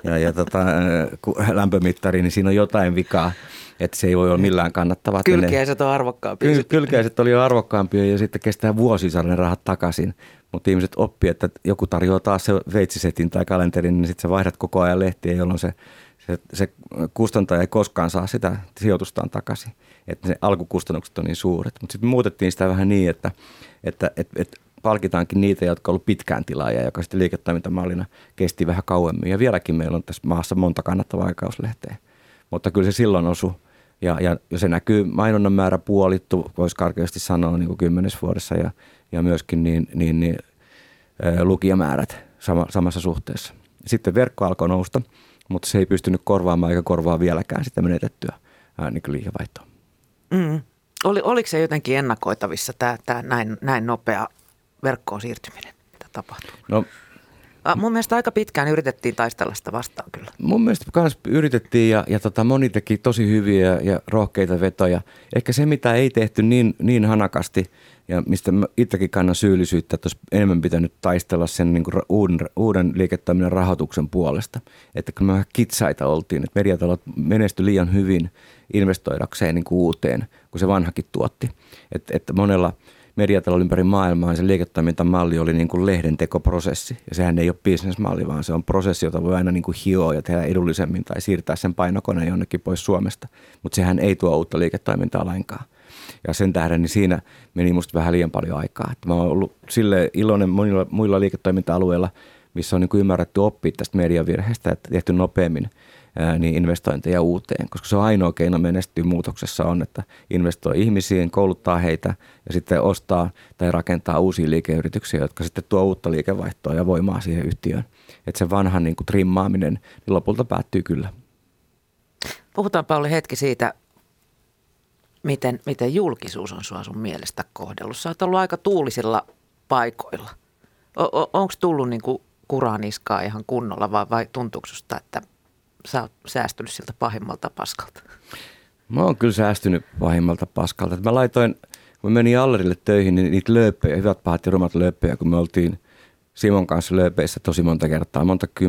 lämpömittari, niin siinä on jotain vikaa, että se ei voi olla millään kannattavaa. Kylkeäiset on arvokkaampia. Kylkeäiset oli jo arvokkaampia ja sitten kestää vuosia saada ne rahat takaisin, mutta ihmiset oppii, että joku tarjoaa taas se veitsisetin tai kalenterin, niin sitten sä vaihdat koko ajan lehtiä, jolloin se kustantaja ei koskaan saa sitä sijoitustaan takaisin, että ne alkukustannukset on niin suuret. Mutta sitten muutettiin sitä vähän niin, että palkitaankin niitä, jotka on ollut pitkään tilaajia, joka sitten liiketoimintamallina kesti vähän kauemmin. Ja vieläkin meillä on tässä maassa monta kannattavaa Aikauslehteä. Mutta kyllä se silloin osui. Ja se näkyy, mainonnan määrä puolittu, voisi karkeasti sanoa niin kuin 10 vuodessa. Ja myöskin lukijamäärät samassa suhteessa. Sitten verkko alkoi nousta, mutta se ei pystynyt korvaamaan eikä korvaa vieläkään sitä menetettyä niin kuin liikevaihtoa. Oliko se jotenkin ennakoitavissa tämä näin nopea verkkoon siirtyminen, mitä tapahtuu? No, mun mielestä aika pitkään yritettiin taistella sitä vastaan kyllä. Mun mielestä myös yritettiin ja moni teki tosi hyviä ja rohkeita vetoja. Ehkä se, mitä ei tehty niin hanakasti ja mistä itsekin kannan syyllisyyttä, että olisi enemmän pitänyt taistella sen niin kuin uuden liiketoiminnan rahoituksen puolesta. Että kun me vähän kitsaita oltiin, että mediatalot menestyi liian hyvin investoidakseen niin kuin uuteen, kun se vanhakin tuotti. Että monella mediatalolla ympäri maailmaa se liiketoimintamalli oli niin kuin lehdentekoprosessi. Ja sehän ei ole bisnesmalli, vaan se on prosessi, jota voi aina niin kuin hioa ja tehdä edullisemmin tai siirtää sen painokoneen jonnekin pois Suomesta. Mutta sehän ei tuo uutta liiketoimintaa lainkaan. Ja sen tähden niin siinä meni musta vähän liian paljon aikaa. Että mä oon ollut silleen iloinen muilla liiketoiminta-alueilla, missä on niin kuin ymmärretty oppia tästä mediavirheestä, että tehty nopeammin niin investointeja uuteen, koska se on ainoa keino menestyä muutoksessa on, että investoi ihmisiin, kouluttaa heitä ja sitten ostaa tai rakentaa uusia liikeyrityksiä, jotka sitten tuo uutta liikevaihtoa ja voimaa siihen yhtiöön. Että se vanhan niin kuin trimmaaminen niin lopulta päättyy kyllä. Puhutaan Pauli hetki siitä, miten julkisuus on sun mielestä kohdellut. Sä oot ollut aika tuulisilla paikoilla. Onko tullut niin kuin kuraa niskaa ihan kunnolla vai tuntuuko susta, että sä oot säästynyt siltä pahimmalta paskalta? Mä oon kyllä säästynyt pahimmalta paskalta. Mä laitoin, kun menin Allerille töihin, niin niitä lööppejä, hyvät pahat ja rumat lööppejä, kun me oltiin Simon kanssa lööpeissä tosi monta kertaa,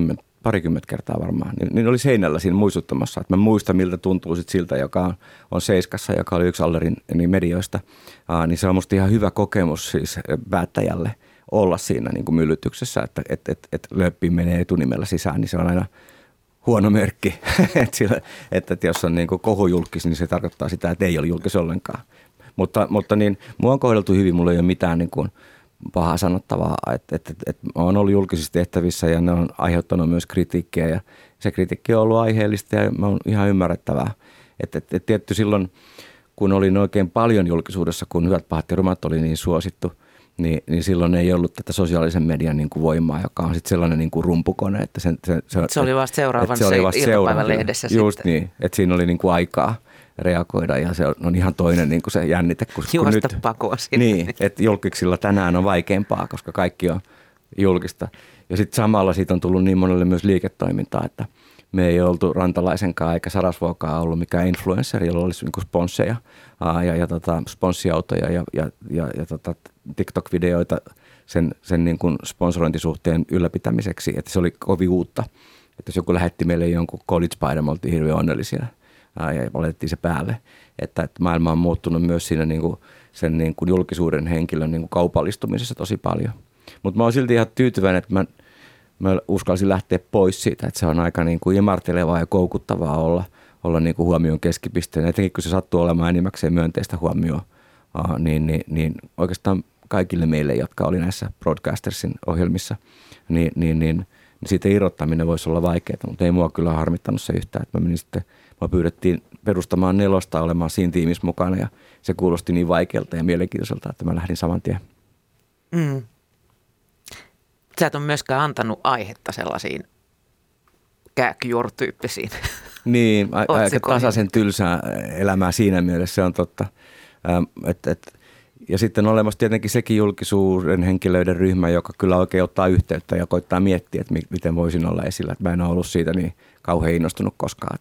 parikymmentä kertaa varmaan, niin oli seinällä siinä muistuttamassa. Että mä muistan, miltä tuntuu sit siltä, joka on Seiskassa, joka oli yksi Allerin medioista. Niin se on musta ihan hyvä kokemus siis päättäjälle olla siinä niin kuin myllytyksessä, että löppi menee etunimellä sisään, niin se on aina huono merkki. että jos on niin kuin kohujulkis, niin se tarkoittaa sitä, että ei ole julkis ollenkaan. Mutta niin, mua on kohdeltu hyvin, mulla ei ole mitään niin kuin pahaa sanottavaa, että olen ollut julkisissa tehtävissä ja ne on aiheuttanut myös kritiikkiä ja se kritiikki on ollut aiheellista ja on ihan ymmärrettävää. Että tietty silloin, kun olin oikein paljon julkisuudessa, kun Hyvät, pahat ja rumat oli niin suosittu, niin silloin ei ollut tätä sosiaalisen median niin kuin voimaa, joka on sitten sellainen niin kuin rumpukone. Että se oli vasta seuraavan iltapäivän lehdessä. Just sitten. Niin, että siinä oli niin kuin aikaa reagoida ja se on ihan toinen niin kuin se jännite. Kun juosta pakoa sinne. Niin, että julkiksilla tänään on vaikeampaa, koska kaikki on julkista. Ja sitten samalla siitä on tullut niin monelle myös liiketoimintaa, että me ei oltu Rantalaisenkaan eikä Sarasvuokaan ollut mikään influenssari, jolla olisi niin sponsseja ja sponssiautoja ja TikTok-videoita sen niin kuin sponsorointisuhteen ylläpitämiseksi. Että se oli kovin uutta. Että jos joku lähetti meille jonkun college-paidan, me oltiin hirveän onnellisia ja olettiin se päälle. Että maailma on muuttunut myös siinä niin kuin sen niin kuin julkisuuden henkilön niin kuin kaupallistumisessa tosi paljon. Mutta mä oon silti ihan tyytyväinen, että mä uskalsin lähteä pois siitä, että se on aika niin kuin imartelevaa ja koukuttavaa olla niin kuin huomion keskipisteenä. Etenkin kun se sattuu olemaan enimmäkseen myönteistä huomioon, niin oikeastaan kaikille meille, jotka oli näissä Broadcastersin ohjelmissa, niin siitä irrottaminen voisi olla vaikeaa, mutta ei mua kyllä harmittanut se yhtään. Että mä pyydettiin perustamaan 4 olemaan siinä tiimissä mukana ja se kuulosti niin vaikealta ja mielenkiintoiselta, että mä lähdin saman tien. Mm. Sä et ole myöskään antanut aihetta sellaisiin kääkyjuorutyyppisiin niin, aika tasaisen tylsää elämää siinä mielessä, se on totta. Ja sitten on olemassa tietenkin sekin julkisuuden henkilöiden ryhmä, joka kyllä oikein ottaa yhteyttä ja koittaa miettiä, että miten voisin olla esillä. Että mä en ole ollut siitä niin kauhean innostunut koskaan,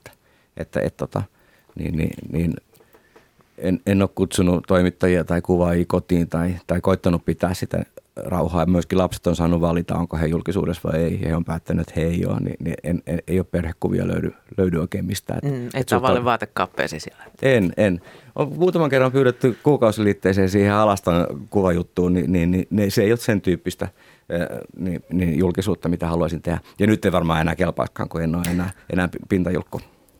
en ole kutsunut toimittajia tai kuvaajia kotiin tai koittanut pitää sitä rauhaa. Myöskin lapset on saanut valita, onko he julkisuudessa vai ei. He on päättänyt, että he ei ole, niin ei ole perhekuvia löydy oikein mistään. Et tavallaan vaatekaappeesi siellä? En. On muutaman kerran pyydetty kuukausiliitteeseen siihen Alaston kuvajuttuun, niin se ei ole sen tyyppistä niin julkisuutta, mitä haluaisin tehdä. Ja nyt ei varmaan enää kelpaiskaan, kun en ole enää pintajulkku.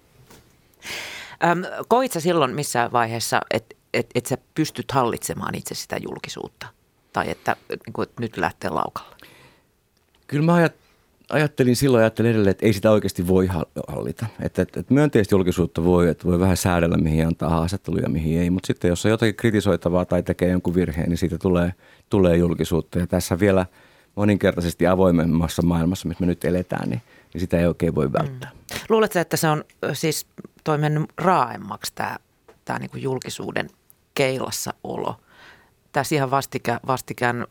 Koit sä silloin missään vaiheessa, että sä pystyt hallitsemaan itse sitä julkisuutta? Tai että nyt lähtee laukalle? Kyllä mä ajattelin edelleen, että ei sitä oikeasti voi hallita. Että myönteistä julkisuutta voi vähän säädellä, mihin antaa haastatteluja, mihin ei. Mutta sitten jos on jotakin kritisoitavaa tai tekee jonkun virheen, niin siitä tulee julkisuutta. Ja tässä vielä moninkertaisesti avoimemmassa maailmassa, missä me nyt eletään, niin sitä ei oikein voi välttää. Luuletko, että se on siis mennyt raaemmaksi tämä niin kuin julkisuuden keilassa olo? Tässä ihan vastikään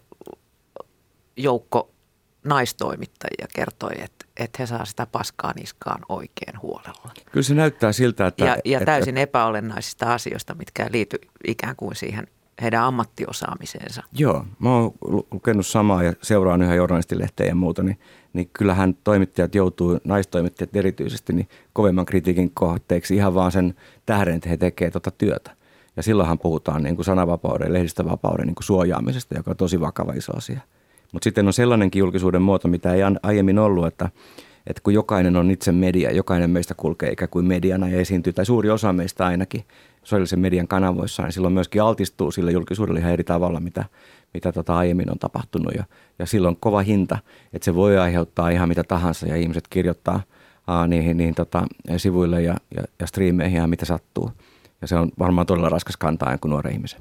joukko naistoimittajia kertoi, että he saa sitä paskaa niskaan oikein huolella. Kyllä se näyttää siltä, että... Ja täysin epäolennaisista asioista, mitkä ei liity ikään kuin siihen heidän ammattiosaamiseensa. Joo, mä oon lukenut samaa ja seuraan yhä journalistilehteä ja muuta, niin kyllähän toimittajat joutuu, naistoimittajat erityisesti, niin kovemman kritiikin kohteeksi ihan vaan sen tähden, että he tekevät työtä. Ja silloinhan puhutaan niin kuin sananvapauden, lehdistövapauden niin kuin suojaamisesta, joka on tosi vakava iso asia. Mutta sitten on sellainenkin julkisuuden muoto, mitä ei aiemmin ollut, että kun jokainen on itse media, jokainen meistä kulkee ikään kuin mediana ja esiintyy, tai suuri osa meistä ainakin sosiaalisen median kanavoissa, niin silloin myöskin altistuu sille julkisuudelle ihan eri tavalla, mitä aiemmin on tapahtunut. Ja silloin kova hinta, että se voi aiheuttaa ihan mitä tahansa ja ihmiset kirjoittaa niihin sivuille ja striimeihin ihan mitä sattuu. Ja se on varmaan todella raskas kantaa jonkun nuoren ihmisen.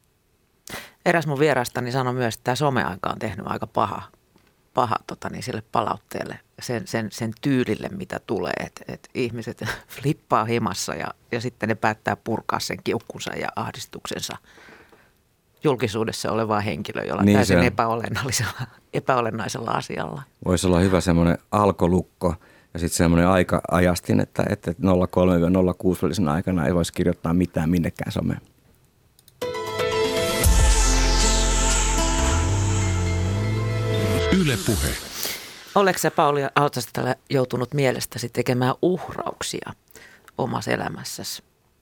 Eräs mun vierastani sanoi myös, että tämä someaika on tehnyt aika paha sille palautteelle, sen tyylille, mitä tulee. Että ihmiset flippaa himassa ja sitten ne päättää purkaa sen kiukkunsa ja ahdistuksensa julkisuudessa olevaa henkilöä, jolla niin täysin epäolennaisella asialla. Voisi olla hyvä semmoinen alkolukko. Ja sitten semmoinen aika-ajastin, että 03-06 välisenä aikana ei voisi kirjoittaa mitään minnekään someen. Yle Puhe. Oletko sä, Pauli Autasalo, joutunut mielestäsi tekemään uhrauksia omassa elämässäsi?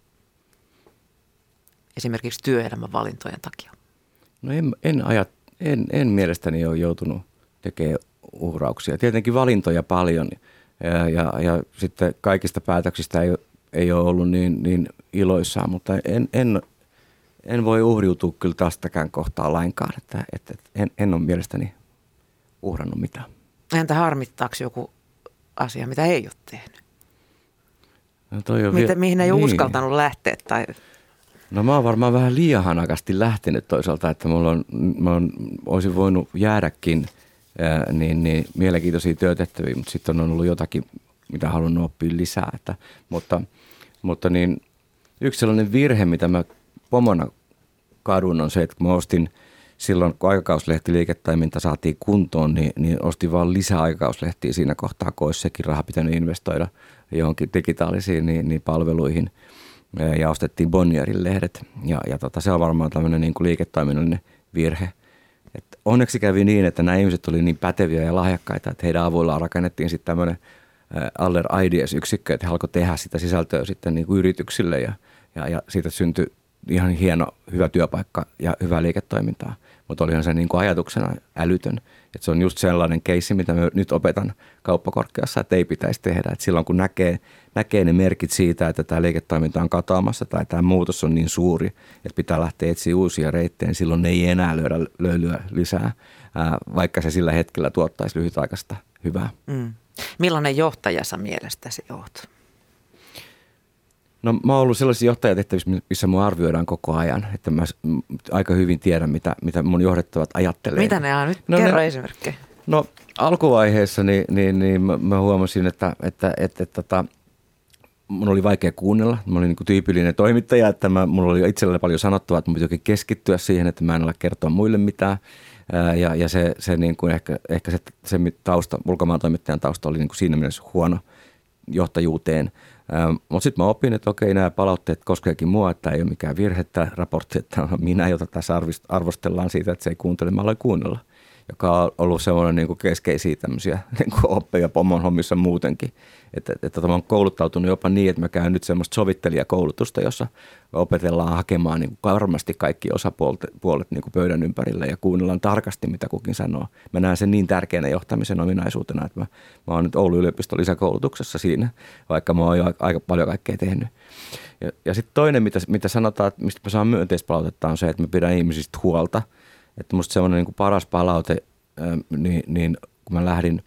Esimerkiksi työelämän valintojen takia. No en mielestäni ole joutunut tekemään uhrauksia. Tietenkin valintoja paljon ja sitten kaikista päätöksistä ei ole ollut niin iloissaan, mutta en voi uhriutua kyllä tästäkään kohtaa lainkaan, että en ole mielestäni uhrannut mitään. Entä harmittaako joku asia, mitä ei ole tehnyt? No toi on mihin ei ole uskaltanut lähteä? Tai... No mä oon varmaan vähän liian hanakasti lähtenyt toisaalta, että olisin voinut jäädäkin niin mielenkiintoisia työtehtäviä, mutta sitten on ollut jotakin, mitä halunnut oppia lisää. Mutta niin yksi sellainen virhe, mitä mä pomona kadun, on se, että kun mä ostin silloin, kun aikakauslehti-liiketoiminta saatiin kuntoon, niin ostin vaan lisää aikakauslehtiä siinä kohtaa, kun olisi sekin raha pitänyt investoida johonkin digitaalisiin niin palveluihin. Ja ostettiin Bonnierin lehdet. Ja se on varmaan tämmöinen niin kuin liiketoiminnallinen virhe. Et onneksi kävi niin, että nämä ihmiset oli niin päteviä ja lahjakkaita, että heidän avuillaan rakennettiin sitten tämmöinen Aller Ideas-yksikkö, että he alkoi tehdä sitä sisältöä sitten niin kuin yrityksille ja siitä syntyi ihan hieno, hyvä työpaikka ja hyvää liiketoimintaa. Mutta olihan se niin kuin ajatuksena älytön. Että se on just sellainen keissi, mitä mä nyt opetan kauppakorkeassa, että ei pitäisi tehdä. Että silloin kun näkee ne merkit siitä, että tämä liiketoiminta on katoamassa tai tämä muutos on niin suuri, että pitää lähteä etsiä uusia reittejä, niin silloin ei enää löydä löylyä lisää, vaikka se sillä hetkellä tuottaisi lyhytaikaista hyvää. Mm. Millainen johtaja sä mielestäsi oot? No mä oon ollut sellaisissa johtajatehtävissä, missä mua arvioidaan koko ajan, että mä aika hyvin tiedän, mitä mun johdettavat ajattelee. Mitä ne on? Nyt kerro esimerkkejä. No alkuvaiheessa niin mä huomasin, että mun oli vaikea kuunnella. Mä olin niin kuin tyypillinen toimittaja, että mulla oli itsellä paljon sanottavaa, että mun piti oikein keskittyä siihen, että mä en ole kertoa muille mitään. Ja se niin kuin ehkä se tausta, ulkomaan toimittajan tausta oli niin kuin siinä mielessä huono johtajuuteen. Mutta sitten mä opin, että okei, nämä palautteet koskeekin mua, että ei ole mikään virhe tämä raportti, että minä, jota tässä arvostellaan siitä, että se ei kuuntele, mä aloin kuunnella, joka on ollut semmoinen niin kuin keskeisiä tämmöisiä niin kuin oppeja pomon hommissa muutenkin. Että mä oon kouluttautunut jopa niin, että mä käyn nyt semmoista sovittelijakoulutusta, jossa opetellaan hakemaan niin kuin varmasti kaikki osapuolet niin kuin pöydän ympärille ja kuunnellaan tarkasti, mitä kukin sanoo. Mä näen sen niin tärkeänä johtamisen ominaisuutena, että mä oon nyt Oulun yliopiston lisäkoulutuksessa siinä, vaikka mä oon jo aika paljon kaikkea tehnyt. Ja sitten toinen, mitä sanotaan, että mistä mä saan myönteistä palautetta, on se, että mä pidän ihmisistä huolta. Että musta semmoinen niin kuin paras palaute, niin kun mä lähdin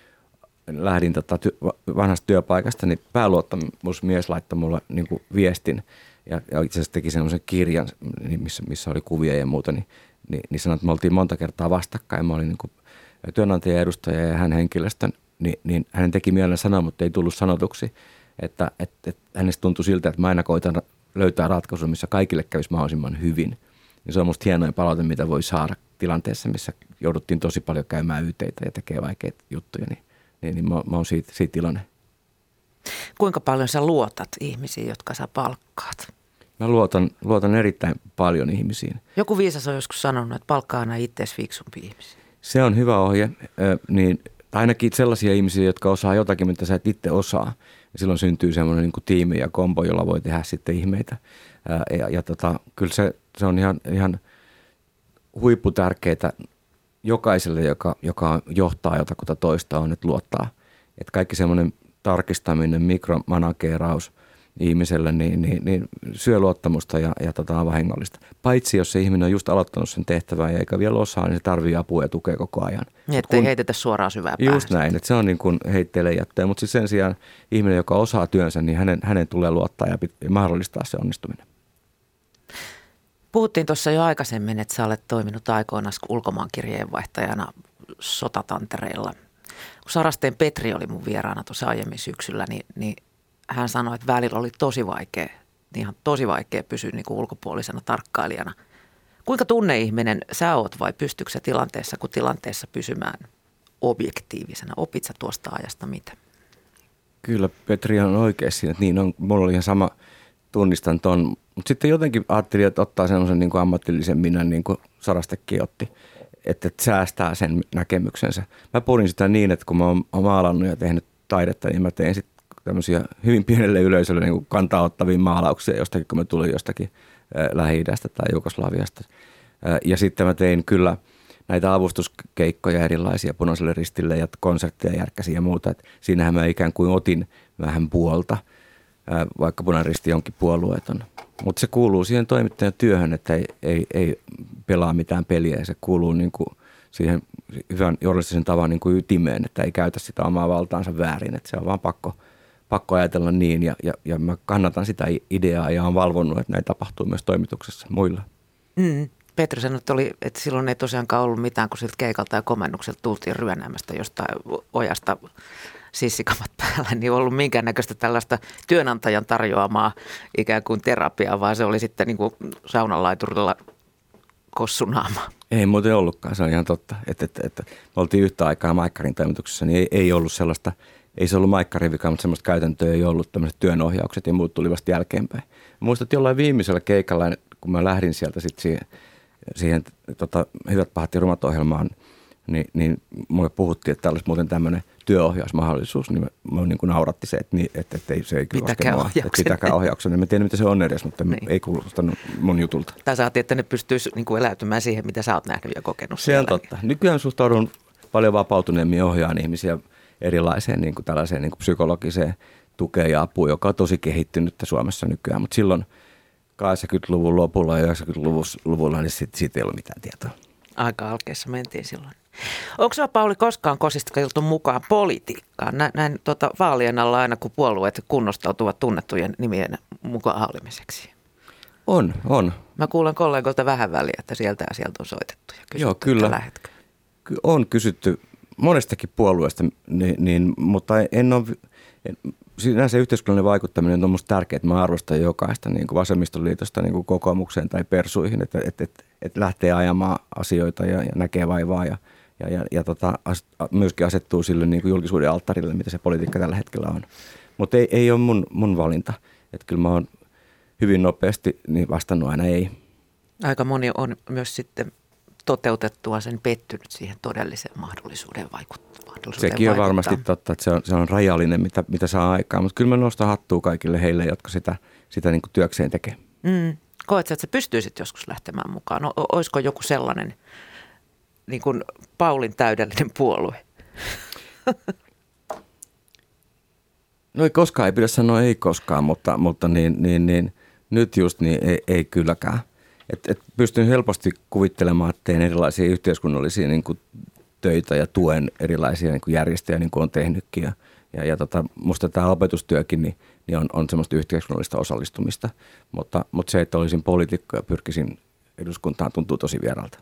vanhasta työpaikasta, niin pääluottamusmies laittoi mulle niin kuin viestin ja itse asiassa teki semmoisen kirjan, missä oli kuvia ja muuta, niin sanoi, että me oltiin monta kertaa vastakkain. Mä olin niin kuin työnantajan edustaja ja hän henkilöstön, niin hänen teki mielen sanoa, mutta ei tullut sanotuksi, että hänestä tuntui siltä, että mä aina koitan löytää ratkaisun, missä kaikille kävisi mahdollisimman hyvin. Ja se on musta hienoin palaute, mitä voi saada tilanteessa, missä jouduttiin tosi paljon käymään yteitä ja tekee vaikeita juttuja, niin mä oon siitä iloinen. Kuinka paljon sä luotat ihmisiin, jotka sä palkkaat? Mä luotan erittäin paljon ihmisiin. Joku viisas on joskus sanonut, että palkkaa aina itseäsi fiksumpi ihmisiä. Se on hyvä ohje, niin ainakin sellaisia ihmisiä, jotka osaa jotakin, mitä sä et itse osaa. Ja silloin syntyy semmoinen niin kuin tiimi ja kombo, jolla voi tehdä sitten ihmeitä. Kyllä se on ihan huipputärkeää jokaiselle, joka johtaa jotakuta toista, on, että luottaa. Että kaikki semmoinen tarkistaminen, mikromanageeraus ihmiselle, niin syö luottamusta ja on vahingollista. Paitsi jos se ihminen on just aloittanut sen tehtävän ja eikä vielä osaa, niin se tarvitsee apua ja tukea koko ajan. Niin, ettei heitetä suoraan syvään päähän. Just näin, että se on niin kuin heitteille jättöä, mutta sen sijaan ihminen, joka osaa työnsä, niin hänen tulee luottaa ja mahdollistaa se onnistuminen. Puhuttiin tuossa jo aikaisemmin, että sä olet toiminut aikoinaan ulkomaankirjeenvaihtajana sotatantereilla. Kun Sarasteen Petri oli mun vieraana tuossa aiemmin syksyllä, niin hän sanoi, että välillä oli tosi vaikea pysyä niin kuin ulkopuolisena tarkkailijana. Kuinka tunneihminen sä oot vai pystytkö sä tilanteessa kuin tilanteessa pysymään objektiivisena? Opit sä tuosta ajasta mitä? Kyllä Petri on oikeassa, että niin on. Mulla oli ihan sama, tunnistan ton. Mutta sitten jotenkin ajattelin, että ottaa semmoisen niin kuin ammatillisen minän, niin kuin Sarastekin otti. että säästää sen näkemyksensä. Mä purin sitä niin, että kun mä oon maalannut ja tehnyt taidetta, niin mä teen sitten tämmöisiä hyvin pienelle yleisölle niin kuin kantaa ottavia maalauksia jostakin, kun mä tulin jostakin Lähi-idästä tai Jugoslaviasta. Ja sitten mä tein kyllä näitä avustuskeikkoja erilaisia Punaiselle Ristille ja konsertteja järkkäsiä ja muuta. Et siinähän mä ikään kuin otin vähän puolta, vaikka Punainen Risti onkin puolueeton. Mutta se kuuluu siihen toimittajan työhön, että ei pelaa mitään peliä. Se kuuluu niin kuin siihen hyvän journalistisen tavan niin kuin ytimeen, että ei käytä sitä omaa valtaansa väärin. Että se on vaan pakko ajatella niin ja mä kannatan sitä ideaa ja olen valvonnut, että näin tapahtuu myös toimituksessa muilla. Petri sanoi, että silloin ei tosiaankaan ollut mitään, kun siltä keikalta ja komennukselta tultiin ryönäämästä jostain ojasta sissikamat päällä, niin ei ollut minkäännäköistä tällaista työnantajan tarjoamaa ikään kuin terapiaa, vaan se oli sitten niin kuin saunanlaiturilla kossunaama. Ei muuten ollutkaan, se on ihan totta. Että me oltiin yhtä aikaa Maikkarin toimituksessa, niin ei ollut sellaista, ei se ollut Maikkarin vika, mutta sellaista käytäntöä ei ollut, tämmöiset työnohjaukset ja muut tuli vasta jälkeenpäin. Muistan, että jollain viimeisellä keikalla, kun mä lähdin sieltä sitten siihen Hyvät, pahat ja rumat -ohjelmaan, niin mulle puhuttiin, että täällä olisi muuten tämmöinen työohjausmahdollisuus, niin mä niin kuin nauratti se, että se ei kyllä koske mua. Että pitäkää ohjauksen. En tiedä, mitä se on edes, mutta niin. Ei kuulostanut mun jutulta. Tai saatiin, että ne pystyisi niin kuin eläytymään siihen, mitä sä oot nähnyt ja kokenut. Se on totta. Nykyään suhtaudun paljon vapautuneemmin ohjaan ihmisiä erilaiseen niin kuin tällaiseen niin kuin psykologiseen tukeen ja apuun, joka on tosi kehittynyttä Suomessa nykyään. Mutta silloin 80-luvun lopulla ja 90-luvulla niin siitä ei ollut mitään tietoa. Aika alkeessa mentiin silloin. Onko sinä, Pauli, koskaan kosisteltu mukaan politiikkaan? Näin vaalien alla aina, kun puolueet kunnostautuvat tunnettujen nimien mukaan hallimiseksi. On. Mä kuulen kollegoilta vähän väliä, että sieltä ja sieltä on soitettu ja kysytty, joo, kyllä. Lähetkö? On kysytty monestakin puolueesta, mutta en ole. Sinänsä yhteiskunnallinen vaikuttaminen on minusta tärkeää, että mä arvostan jokaista niin kuin vasemmistoliitosta niin kuin kokoomukseen tai persuihin, että lähtee ajamaan asioita ja näkee vaivaa ja myöskin asettuu sille niin kuin julkisuuden alttarille, mitä se politiikka tällä hetkellä on. Mutta ei ole mun valinta. Että kyllä mä oon hyvin nopeasti niin vastannut aina ei. Aika moni on myös sitten toteutettua sen pettynyt siihen todelliseen mahdollisuuden vaikuttaa. Sekin on varmasti totta, että se on rajallinen, mitä saa aikaan, mutta kyllä mä nostan hattua kaikille heille, jotka sitä niin kuin työkseen tekee. Koetko, että sä pystyisit joskus lähtemään mukaan? Olisiko joku sellainen niin kuin Paulin täydellinen puolue? No ei koskaan, ei pidä sanoa ei koskaan, mutta nyt just niin ei kylläkään. Et pystyn helposti kuvittelemaan, että teen erilaisia yhteiskunnallisia niin kuin töitä ja tuen erilaisia niin kuin järjestöjä, niin kuin on tehnytkin. Ja musta tämä opetustyökin niin on semmoista yhteiskunnallista osallistumista, mutta se, että olisin poliitikko ja pyrkisin eduskuntaan, tuntuu tosi vieralta.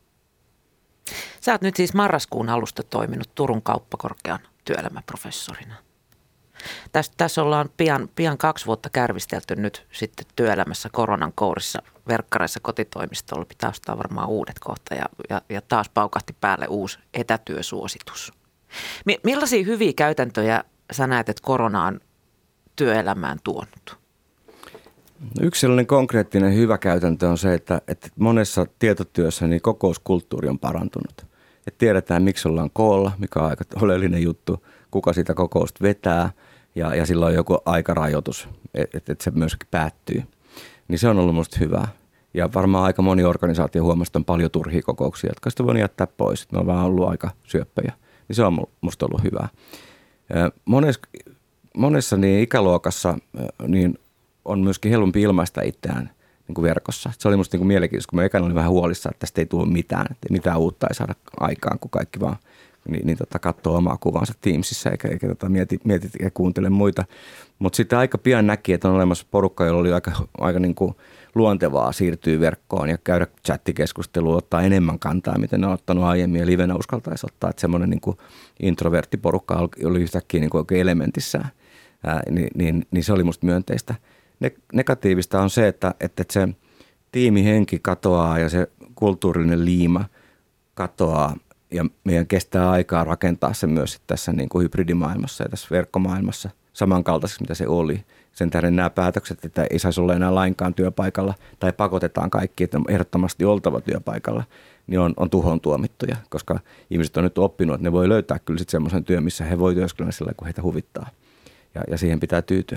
Sä oot nyt siis marraskuun alusta toiminut Turun kauppakorkean työelämäprofessorina. Tässä ollaan pian 2 vuotta kärvistelty nyt sitten työelämässä koronan kourissa, verkkareissa kotitoimistolla. Pitää ostaa varmaan uudet kohta ja taas paukahti päälle uusi etätyösuositus. Millaisia hyviä käytäntöjä sä näet, että korona on työelämään tuonut? Yksi sellainen konkreettinen hyvä käytäntö on se, että monessa tietotyössä niin kokouskulttuuri on parantunut. Et tiedetään, miksi ollaan koolla, mikä on aika oleellinen juttu, kuka sitä kokousta vetää ja sillä on joku aikarajoitus, että se myöskin päättyy. Niin se on ollut musta hyvää. Ja varmaan aika moni organisaatio huomasi, että on paljon turhia kokouksia, jotka sitten voi jättää pois. Ne on vaan ollut aika syöppöjä. Niin se on musta ollut hyvää. Monessa niin ikäluokassa niin on myöskin helpompi ilmaista itseään niin kuin verkossa. Se oli musta niin kuin mielenkiintoista, kun mä ekana olin vähän huolissaan, että tästä ei tule mitään. Että mitään uutta ei saada aikaan, kun kaikki vaan katsoo omaa kuvansa Teamsissa eikä mieti ja kuuntele muita. Mutta sitten aika pian näki, että on olemassa porukka, jolla oli aika niin kuin luontevaa siirtyä verkkoon ja käydä chattikeskustelua, ottaa enemmän kantaa, miten ne on ottanut aiemmin ja livenä uskaltaisi ottaa. Että semmoinen niin kuin introverttiporukka oli yhtäkkiä niin kuin oikein elementissään, niin se oli musta myönteistä. Negatiivista on se, että se tiimihenki katoaa ja se kulttuurinen liima katoaa ja meidän kestää aikaa rakentaa se myös tässä niin kuin hybridimaailmassa ja tässä verkkomaailmassa samankaltaisessa, mitä se oli. Sen tähden nämä päätökset, että ei saisi olla enää lainkaan työpaikalla tai pakotetaan kaikki, että on ehdottomasti oltava työpaikalla, niin on tuhoon tuomittuja, koska ihmiset on nyt oppinut, että ne voi löytää kyllä sitten semmoisen työn, missä he voi työskennellä sillä, kun heitä huvittaa. Ja siihen pitää tyytyä.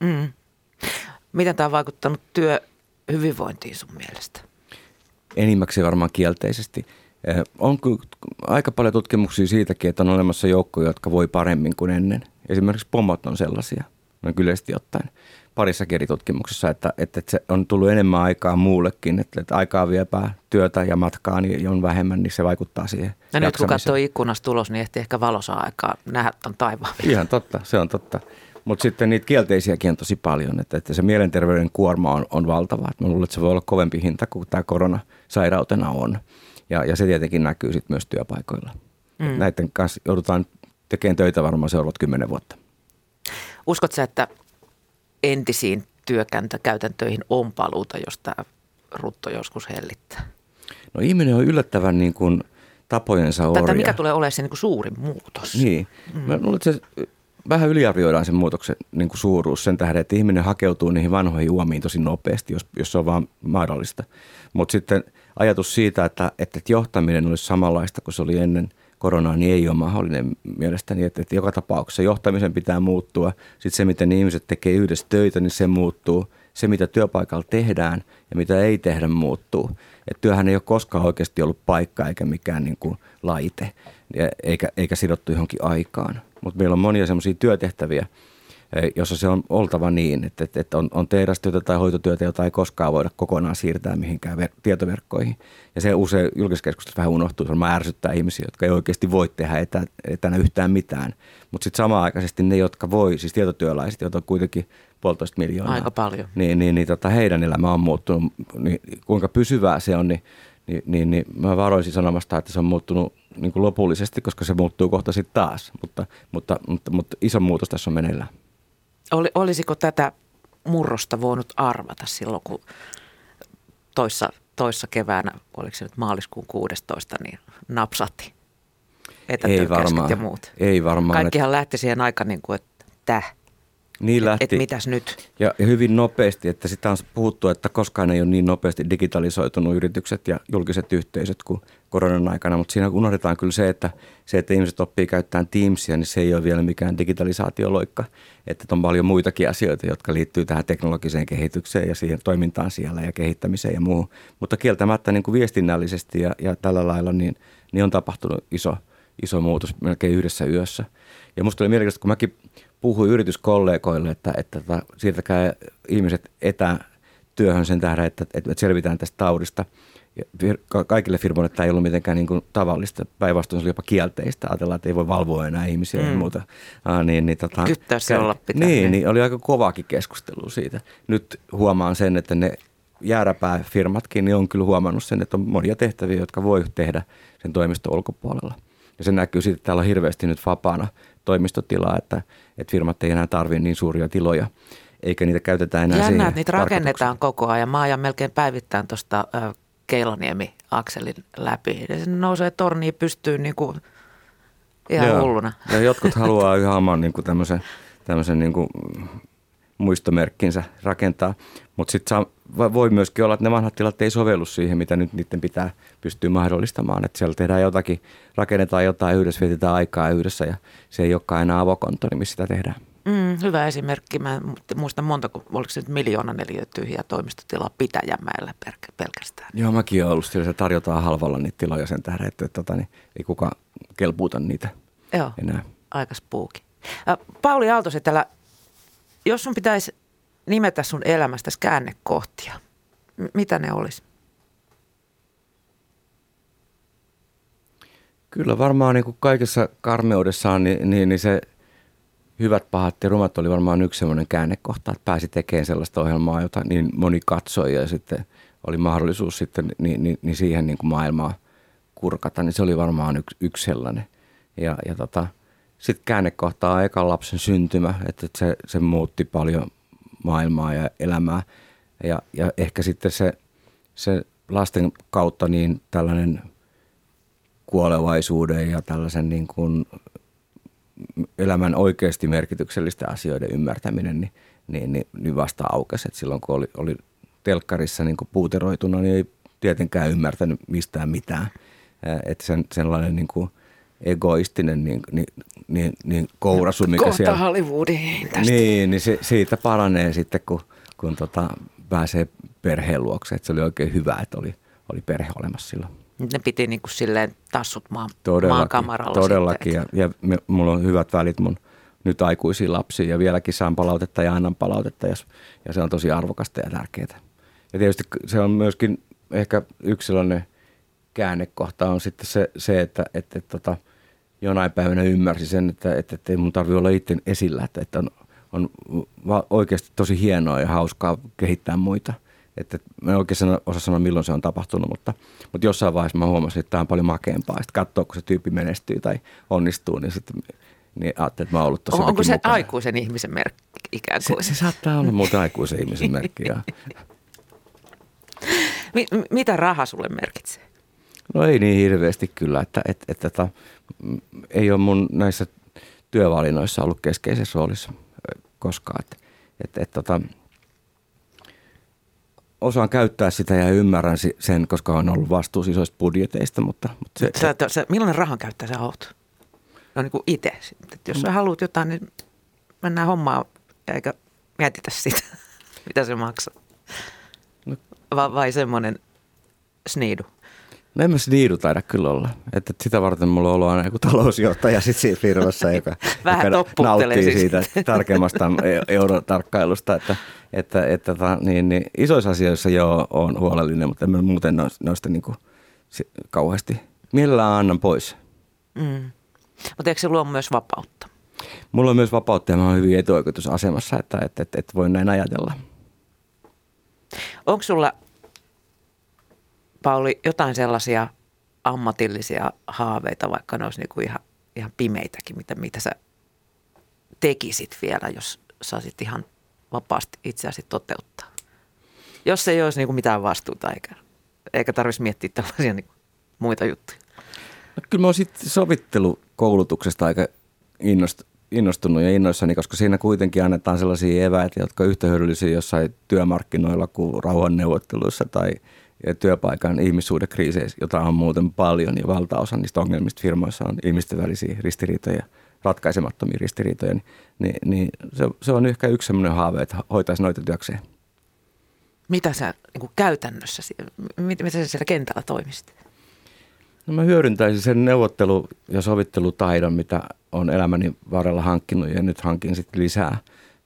Miten tämä on vaikuttanut työhyvinvointiin sun mielestä? Enimmäkseen varmaan kielteisesti. On aika paljon tutkimuksia siitäkin, että on olemassa joukkoja, jotka voi paremmin kuin ennen. Esimerkiksi pomot on sellaisia, noin yleisesti ottaen. Parissa eri tutkimuksessa, että se on tullut enemmän aikaa muullekin, että aikaa viepää työtä ja matkaa niin on vähemmän, niin se vaikuttaa siihen. Ja nyt kun katsoo ikkunasta tulos, niin ehti ehkä valossa aikaa nähdä ton taivaan. Ihan totta, se on totta. Mutta sitten niitä kielteisiäkin on tosi paljon, että se mielenterveyden kuorma on valtava. Mä luulen, että se voi olla kovempi hinta kuin tämä korona sairautena on. Ja se tietenkin näkyy sitten myös työpaikoilla. Näiden kanssa joudutaan tekemään töitä varmaan seuraavat 10 vuotta. Uskotko sä, että entisiin työkäytäntöihin on paluuta, jos tämä rutto joskus hellittää? No ihminen on yllättävän niin kuin tapojensa orja. Tätä mikä tulee olemaan se niin kuin suurin muutos? Niin. Mä luulen, että se vähän yliarvioidaan sen muutoksen niin kuin suuruus sen tähden, että ihminen hakeutuu niihin vanhoihin juomiin tosi nopeasti, jos se on vaan mahdollista. Mutta sitten ajatus siitä, että johtaminen olisi samanlaista kuin se oli ennen koronaa, niin ei ole mahdollinen mielestäni. Että joka tapauksessa johtamisen pitää muuttua. Sitten se, miten ihmiset tekee yhdessä töitä, niin se muuttuu. Se, mitä työpaikalla tehdään ja mitä ei tehdä, muuttuu. Että työhän ei ole koskaan oikeasti ollut paikka eikä mikään niin kuin laite, eikä sidottu johonkin aikaan. Mutta meillä on monia semmoisia työtehtäviä, jossa se on oltava niin, että on teurastyötä tai hoitotyötä, jota ei koskaan voida kokonaan siirtää mihinkään tietoverkkoihin. Ja se usein julkisessa keskustelussa vähän unohtuu, se varmaan ärsyttää ihmisiä, jotka ei oikeasti voi tehdä etänä yhtään mitään. Mutta sitten samanaikaisesti ne, jotka voi, siis tietotyöläiset, joita on kuitenkin 1,5 miljoonaa. Aika paljon. Heidän elämä on muuttunut. Niin, kuinka pysyvää se on, niin mä varoisin sanomasta, että se on muuttunut niin kuin lopullisesti, koska se muuttuu kohta sitten taas. Mutta iso muutos tässä on meneillään. Olisiko tätä murrosta voinut arvata silloin, kun toissa keväänä, oliko se nyt maaliskuun 16, niin napsatti etätyökäskyt ja muut? Ei varmaan. Kaikkihan lähti siihen aika niin kuin, että niin lähti. Että mitäs nyt? Ja hyvin nopeasti, että sitä on puhuttu, että koskaan ei ole niin nopeasti digitalisoitunut yritykset ja julkiset yhteisöt kuin koronan aikana. Mutta siinä unohdetaan kyllä se, että ihmiset oppii käyttämään Teamsia, niin se ei ole vielä mikään digitalisaatioloikka. Että on paljon muitakin asioita, jotka liittyy tähän teknologiseen kehitykseen ja siihen toimintaan siellä ja kehittämiseen ja muuhun. Mutta kieltämättä niin kuin viestinnällisesti ja tällä lailla niin on tapahtunut iso muutos melkein yhdessä yössä. Ja musta oli mielenkiintoista, kun mäkin puhuin yrityskollegoille, että siirtäkää ihmiset etätyöhön sen tähden, että selvitään tästä taudista. Ja kaikille firmoille tämä ei ollut mitenkään niin kuin tavallista. Päinvastoin se oli jopa kielteistä. Ajatellaan, että ei voi valvoa enää ihmisiä ja muuta. Kyttäisi olla pitää. Niin, oli aika kovaakin keskustelua siitä. Nyt huomaan sen, että ne jääräpääfirmatkin niin on kyllä huomannut sen, että on monia tehtäviä, jotka voi tehdä sen toimiston ulkopuolella. Ja se näkyy siitä, että täällä on hirveästi nyt vapaana toimistotilaa, että firmat ei enää tarvitse niin suuria tiloja, eikä niitä käytetä enää siihen. Niitä rakennetaan koko ajan. Mä ajan melkein päivittäin tuosta Keiloniemi-akselin läpi. Ja se nousee torniin pystyyn niin kuin ihan hulluna. Ja jotkut haluaa ihan oman niin kuin tämmöisen niin kuin muistomerkkinsä rakentaa, mutta sitten voi myöskin olla, että ne vanhat tilat ei sovellu siihen, mitä nyt niiden pitää pystyä mahdollistamaan. Että siellä tehdään jotakin, rakennetaan jotain yhdessä, vietetään aikaa yhdessä ja se ei olekaan enää avokonttori, missä sitä tehdään. Hyvä esimerkki. Mä muistan oliko se nyt 1 000 000 neliötä tyhjää toimistotilaa Pitäjänmäellä pelkästään. Joo, mäkin olen ollut siellä. Se tarjotaan halvalla niitä tiloja sen tähden, että ei kukaan kelpuuta niitä enää. Aika spooky. Pauli Aaltosetälä, jos sun pitäisi nimetä sun elämästäsi käännekohtia, mitä ne olisi? Kyllä varmaan niin kuin kaikessa karmeudessaan niin se hyvät, pahat ja rumat oli varmaan yksi sellainen käännekohta, että pääsi tekemään sellaista ohjelmaa, jota niin moni katsoi ja sitten oli mahdollisuus sitten niin siihen niin kuin maailmaa kurkata, niin se oli varmaan yksi sellainen. Ja sitten käännekohta on ekan lapsen syntymä, että se muutti paljon maailmaa ja elämää ja ehkä sitten se lasten kautta niin tällainen kuolevaisuuden ja tällaisen niin kuin elämän oikeasti merkityksellisten asioiden ymmärtäminen niin vasta aukesi. Et silloin kun oli telkkarissa niin kuin puuteroituna, niin ei tietenkään ymmärtänyt mistään mitään. Että sellainen niin kuin egoistinen niin kourasu, mikä kohta siellä... Hollywoodiin tästä. Niin siitä paranee sitten, kun pääsee perheen luokse. Että se oli oikein hyvä, että oli perhe olemassa silloin. Ne piti niin kuin silleen tassut maankamaralla. Todellakin. Ja mulla on hyvät välit mun nyt aikuisiin lapsiin ja vieläkin saan palautetta ja annan palautetta ja se on tosi arvokasta ja tärkeää. Ja tietysti se on myöskin ehkä yksi sellainen käännekohta on sitten se että jonain päivänä ymmärsin sen, että ei mun tarvitse olla itse esillä, että on oikeasti tosi hienoa ja hauskaa kehittää muita. Että mä en oikein osaa sanoa, milloin se on tapahtunut, mutta jossain vaiheessa mä huomasin, että tämä on paljon makeampaa. Sitten katsoo, kun se tyyppi menestyy tai onnistuu, niin sitten ajattelin, että mä oon ollut tosi onko se mukana. aikuisen ihmisen merkki ikään kuin? Se saattaa olla muuta aikuisen ihmisen merkki, joo. Mitä raha sulle merkitsee? No ei niin hirveästi kyllä, että ei ole mun näissä työvalinnoissa ollut keskeisessä roolissa koskaan. Että osaan käyttää sitä ja ymmärrän sen, koska on ollut vastuussa isoista budjeteista, mutta millainen rahan käyttäjä sä oot? No niin kuin itse. Jos sä haluat jotain, niin mennään hommaan eikä mietitä sitä, mitä se maksaa. No. Vai semmoinen sniidu? No en mä sniidu taida kyllä olla. Että sitä varten mulla on ollut aina joku talousjohtaja sit siinä firmassa, joka nauttii siitä tarkemmasta eurotarkkailusta. Niin isoissa asioissa joo on huolellinen, mutta en mä muuten noista niin kuin kauheasti. Mielellään annan pois. Mutta eikö se luo myös vapautta? Mulla on myös vapautta ja mä oon hyvin etuoikeutusasemassa, että voin näin ajatella. Onko sulla, Pauli, jotain sellaisia ammatillisia haaveita, vaikka ne olisi niinku ihan pimeitäkin, mitä sä tekisit vielä, jos saisit ihan vapaasti itseäsi toteuttaa? Jos ei olisi niinku mitään vastuuta eikä tarvitsisi miettiä tällaisia niinku muita juttuja. No, kyllä mä oon sitten sovittelukoulutuksesta aika innostunut ja innoissani, koska siinä kuitenkin annetaan sellaisia eväitä, jotka on yhtä hyödyllisiä jossain työmarkkinoilla kuin rauhanneuvotteluissa tai työpaikan ihmissuhdekriiseissä, jota on muuten paljon ja valtaosa niistä ongelmista firmoissa on ihmisten välisiä ristiriitoja, ratkaisemattomia ristiriitoja, niin se on ehkä yksi sellainen haave, että hoitaisi noita työkseen. Mitä sä niin käytännössä, mitä sä siellä kentällä toimisit? No mä hyödyntäisin sen neuvottelu- ja sovittelutaidon, mitä on elämäni varrella hankkinut ja nyt hankin sitten lisää,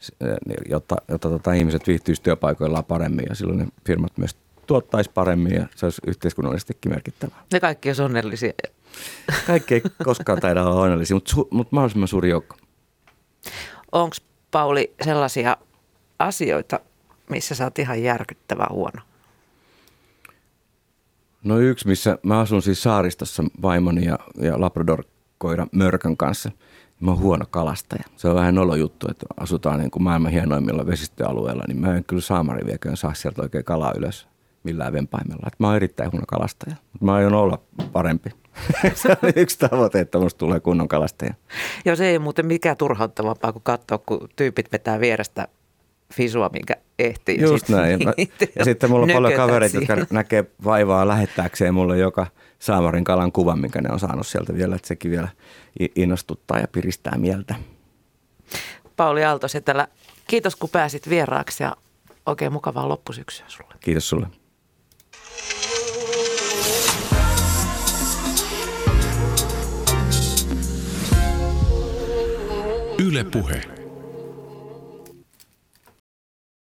jotta ihmiset viihtyisivät työpaikoillaan paremmin ja silloin ne firmat myös tuottaisi paremmin ja se olisi yhteiskunnallisestikin merkittävää. Ne kaikki olisi onnellisia. Kaikki ei koskaan taida olla onnellisia, mutta mahdollisimman suuri joukko. Onko, Pauli, sellaisia asioita, missä sä oot ihan järkyttävän huono? No yksi, missä mä asun siis saaristossa vaimoni ja Labrador-koira Mörkön kanssa. Mä oon huono kalastaja. Se on vähän nolo juttu, että asutaan niin kuin maailman hienoimmilla vesistöalueilla, niin mä en kyllä saamariviekään saa sieltä oikein kalaa ylös millään vempaimella. Mä oon erittäin huono kalastaja, mutta mä aion olla parempi. Se on yksi tavoite, että musta tulee kunnon kalastaja. Joo, se ei muuten mikään turhauttavampaa kuin katsoa, kun tyypit vetää vierestä fisua, minkä ehtii. Just näin. Ja sitten mulla on paljon kavereita, jotka näkee vaivaa lähettääkseen mulle joka saamarin kalan kuvan, minkä ne on saanut sieltä vielä, että sekin vielä innostuttaa ja piristää mieltä. Pauli Aalto-Setälä, kiitos kun pääsit vieraaksi ja oikein mukavaa loppusyksyä sulle. Kiitos sulle. Yle Puhe.